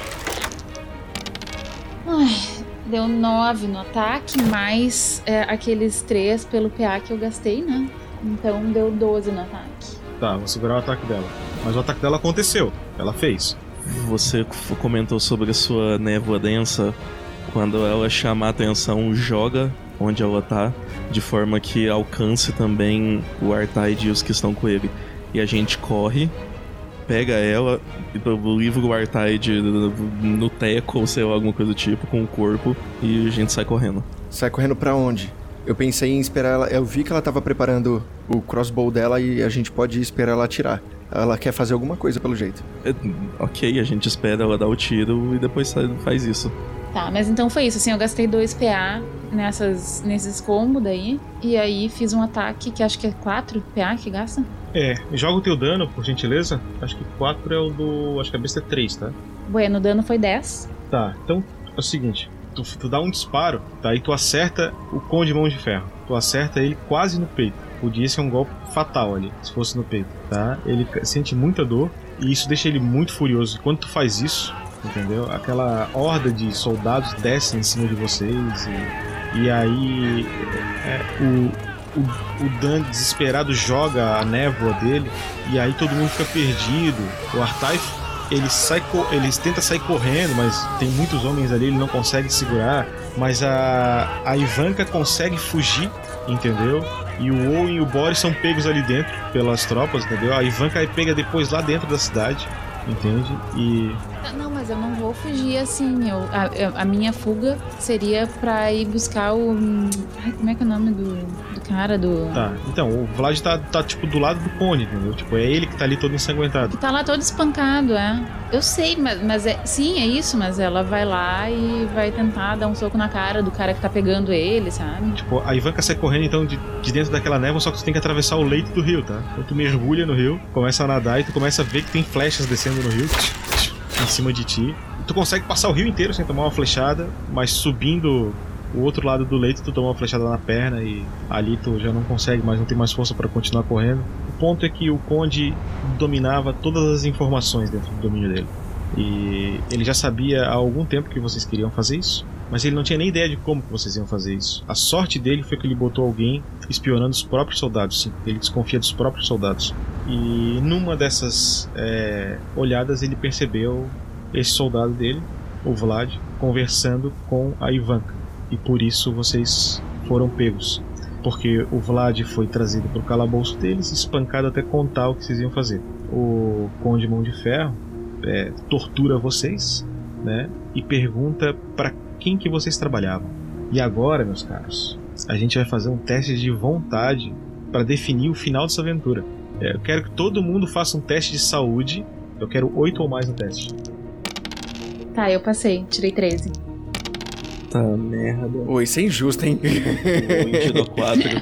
Ai, deu 9 no ataque, mais aqueles 3 pelo PA que eu gastei, né? Então deu 12 no ataque. Tá, vou segurar o ataque dela. Mas o ataque dela aconteceu, ela fez. Você comentou sobre a sua névoa densa. Quando ela chamar a atenção, joga onde ela tá, de forma que alcance também o Artaid e os que estão com ele. E a gente corre, pega ela, livra o Artaid no teco, ou sei lá, alguma coisa do tipo, com o corpo, e a gente sai correndo. Sai correndo pra onde? Eu pensei em esperar ela... Eu vi que ela tava preparando o crossbow dela e a gente pode esperar ela atirar. Ela quer fazer alguma coisa, pelo jeito. Ok, a gente espera ela dar o tiro e depois faz isso. Tá, mas então foi isso, assim, eu gastei 2 PA nesses combos daí. E aí fiz um ataque que acho que é 4 PA que gasta. Joga o teu dano, por gentileza. Acho que 4 é o do... Acho que a besta é 3, tá? Bueno, o dano foi 10. Tá, então é o seguinte... Tu dá um disparo, tá? E tu acerta o Conde Mão de Ferro. Tu acerta ele quase no peito. Podia ser um golpe fatal ali, se fosse no peito, tá? Ele sente muita dor e isso deixa ele muito furioso. Quando tu faz isso, entendeu? Aquela horda de soldados desce em cima de vocês e aí o Dan desesperado joga a névoa dele e aí todo mundo fica perdido. O Artaid ele tenta sair correndo, mas tem muitos homens ali, ele não consegue segurar. Mas a Ivanka consegue fugir, entendeu? E o Owen e o Boris são pegos ali dentro pelas tropas, entendeu? A Ivanka é pega depois lá dentro da cidade, entende? Não, mas eu não vou fugir assim. A minha fuga seria pra ir buscar o... Ai, como é que é o nome do cara do... Tá, então, o Vlad tá tipo do lado do Conde, entendeu? Tipo, é ele que tá ali todo ensanguentado. Que tá lá todo espancado, Eu sei, mas sim, é isso, mas ela vai lá e vai tentar dar um soco na cara do cara que tá pegando ele, sabe? Tipo, a Ivanka sai correndo então de dentro daquela névoa, só que tu tem que atravessar o leito do rio, tá? Então tu mergulha no rio, começa a nadar e tu começa a ver que tem flechas descendo no rio em cima de ti. Tu consegue passar o rio inteiro sem tomar uma flechada, mas subindo o outro lado do leito tu toma uma flechada na perna e ali tu já não consegue mais, não tem mais força para continuar correndo. O ponto é que o Conde dominava todas as informações dentro do domínio dele. E ele já sabia há algum tempo que vocês queriam fazer isso, mas ele não tinha nem ideia de como que vocês iam fazer isso. A sorte dele foi que ele botou alguém espionando os próprios soldados, sim. Ele desconfia dos próprios soldados. E numa dessas olhadas ele percebeu esse soldado dele, o Vlad, conversando com a Ivanka. E por isso vocês foram pegos. Porque o Vlad foi trazido para o calabouço deles, espancado até contar o que vocês iam fazer. O Conde Mão de Ferro tortura vocês, né? E pergunta para quem que vocês trabalhavam. E agora, meus caros, a gente vai fazer um teste de vontade para definir o final dessa aventura. Eu quero que todo mundo faça um teste de saúde. Eu quero 8 ou mais no teste. Tá, eu passei, tirei 13. Tá, merda. Ô, isso é injusto, hein? 24.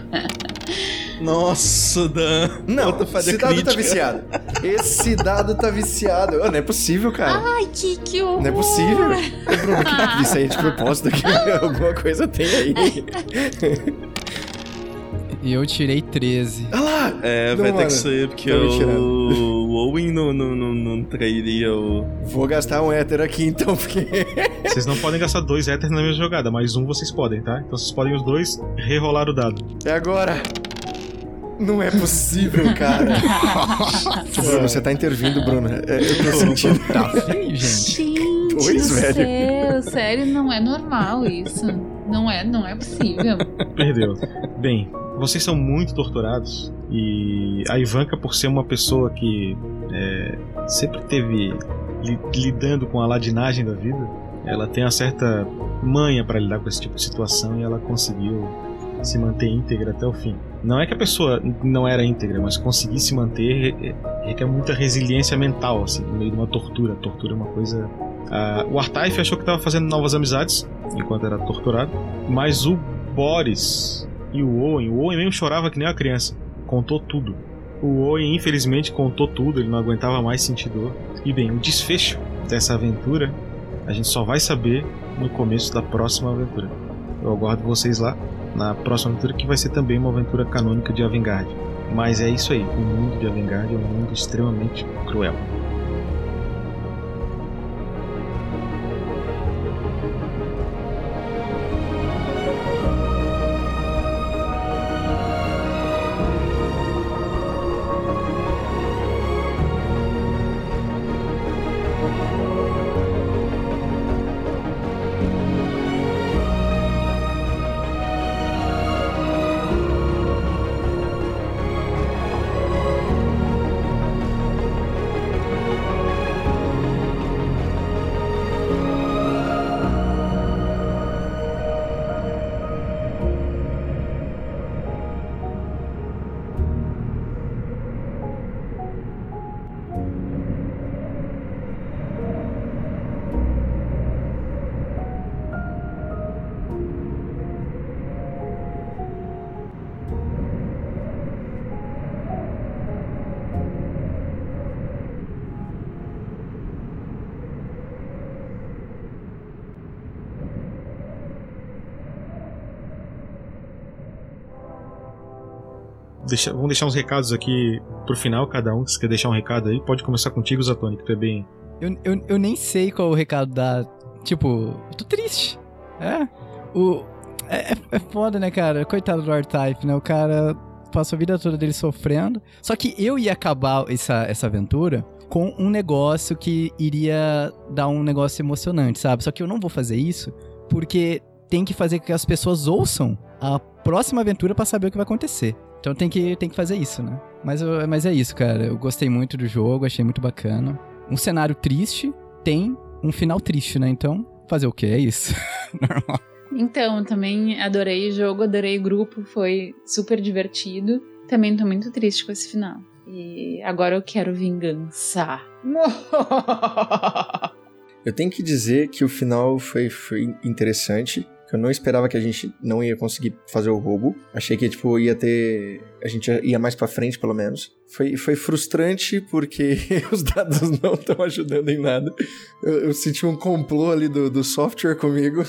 Nossa, Dan. Não, esse dado tá viciado. Esse dado tá viciado. Não é possível, cara. Ai, que horror. Não é possível. Isso aí é de propósito aqui. Alguma coisa tem aí. E eu tirei 13. Ah lá! Vai ter que ser, porque o Owen não trairia o... Vou gastar um éter aqui, então, porque... Vocês não podem gastar 2 éteres na mesma jogada, mas um vocês podem, tá? Então vocês podem os dois rerolar o dado. É agora! Não é possível, cara. Bruno, você tá intervindo, Bruno. Eu tô sentindo. Tá feio, gente. Gente, Dois, velho. Céu, sério, não é normal isso. Não é possível. Perdeu. Bem, vocês são muito torturados. E a Ivanka, por ser uma pessoa que sempre teve lidando com a ladinagem da vida, ela tem uma certa manha pra lidar com esse tipo de situação e ela conseguiu se manter íntegra até o fim. Não é que a pessoa não era íntegra, mas conseguir se manter requer muita resiliência mental, assim, no meio de uma tortura. A tortura é uma coisa... o Artaif achou que estava fazendo novas amizades enquanto era torturado, mas o Boris e o Owen mesmo chorava que nem uma criança. Contou tudo. O Owen, infelizmente, contou tudo, ele não aguentava mais sentir dor. E bem, o desfecho dessa aventura a gente só vai saber no começo da próxima aventura. Eu aguardo vocês lá na próxima aventura, que vai ser também uma aventura canônica de Avengard. Mas é isso aí, o mundo de Avengard é um mundo extremamente cruel. Vamos deixar uns recados aqui pro final, cada um. Se quer deixar um recado aí, pode começar contigo, Zatoni, que tu é bem... Eu nem sei qual o recado da... Tipo, eu tô triste. É foda, né, cara? Coitado do R-Type, né? O cara passou a vida toda dele sofrendo. Só que eu ia acabar essa aventura com um negócio que iria dar um negócio emocionante, sabe? Só que eu não vou fazer isso porque tem que fazer com que as pessoas ouçam a próxima aventura pra saber o que vai acontecer. Então tem que fazer isso, né? Mas é isso, cara. Eu gostei muito do jogo, achei muito bacana. Um cenário triste tem um final triste, né? Então, fazer o quê? É isso. Normal. Então, também adorei o jogo, adorei o grupo, foi super divertido. Também tô muito triste com esse final. E agora eu quero vingança. Eu tenho que dizer que o final foi interessante. Eu não esperava que a gente não ia conseguir fazer o roubo. Achei que, tipo, a gente ia mais pra frente, pelo menos. Foi frustrante porque os dados não estão ajudando em nada. Eu senti um complô ali do software comigo.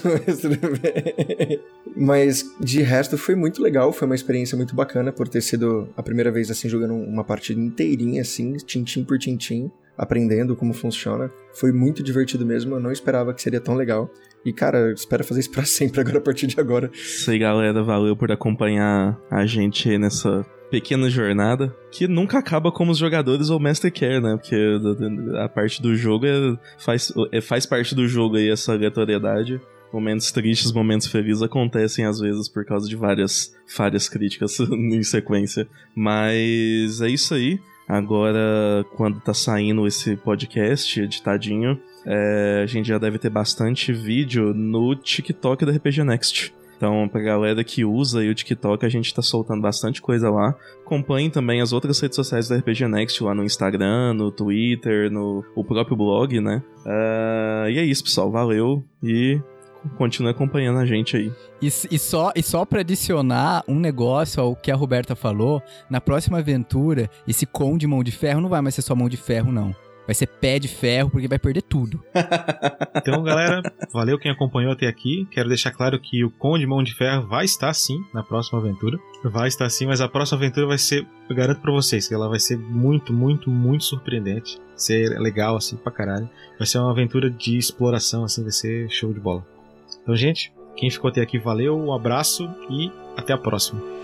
Mas, de resto, foi muito legal. Foi uma experiência muito bacana por ter sido a primeira vez, assim, jogando uma partida inteirinha, assim, tintim por tintim, aprendendo como funciona. Foi muito divertido mesmo. Eu não esperava que seria tão legal. E, cara, eu espero fazer isso pra sempre agora, a partir de agora. Isso aí, galera. Valeu por acompanhar a gente aí nessa pequena jornada, que nunca acaba como os jogadores ou Master Care, né? Porque a parte do jogo faz parte do jogo aí, essa aleatoriedade. Momentos tristes, momentos felizes acontecem às vezes por causa de várias falhas críticas em sequência. Mas é isso aí. Agora, quando tá saindo esse podcast editadinho, a gente já deve ter bastante vídeo no TikTok da RPG Next. Então, pra galera que usa aí o TikTok, a gente tá soltando bastante coisa lá. Acompanhem também as outras redes sociais da RPG Next, lá no Instagram, no Twitter, o próprio blog, né? E é isso, pessoal. Valeu e continue acompanhando a gente aí. E só pra adicionar um negócio ao que a Roberta falou, na próxima aventura, esse Conde Mão de Ferro não vai mais ser só Mão de Ferro, não. Vai ser Pé de Ferro, porque vai perder tudo. Então, galera, valeu quem acompanhou até aqui. Quero deixar claro que o Conde Mão de Ferro vai estar sim na próxima aventura. Vai estar sim, mas a próxima aventura vai ser, eu garanto pra vocês, que ela vai ser muito, muito, muito surpreendente. Vai ser legal, assim, pra caralho. Vai ser uma aventura de exploração, assim, vai ser show de bola. Então, gente, quem ficou até aqui, valeu, um abraço e até a próxima.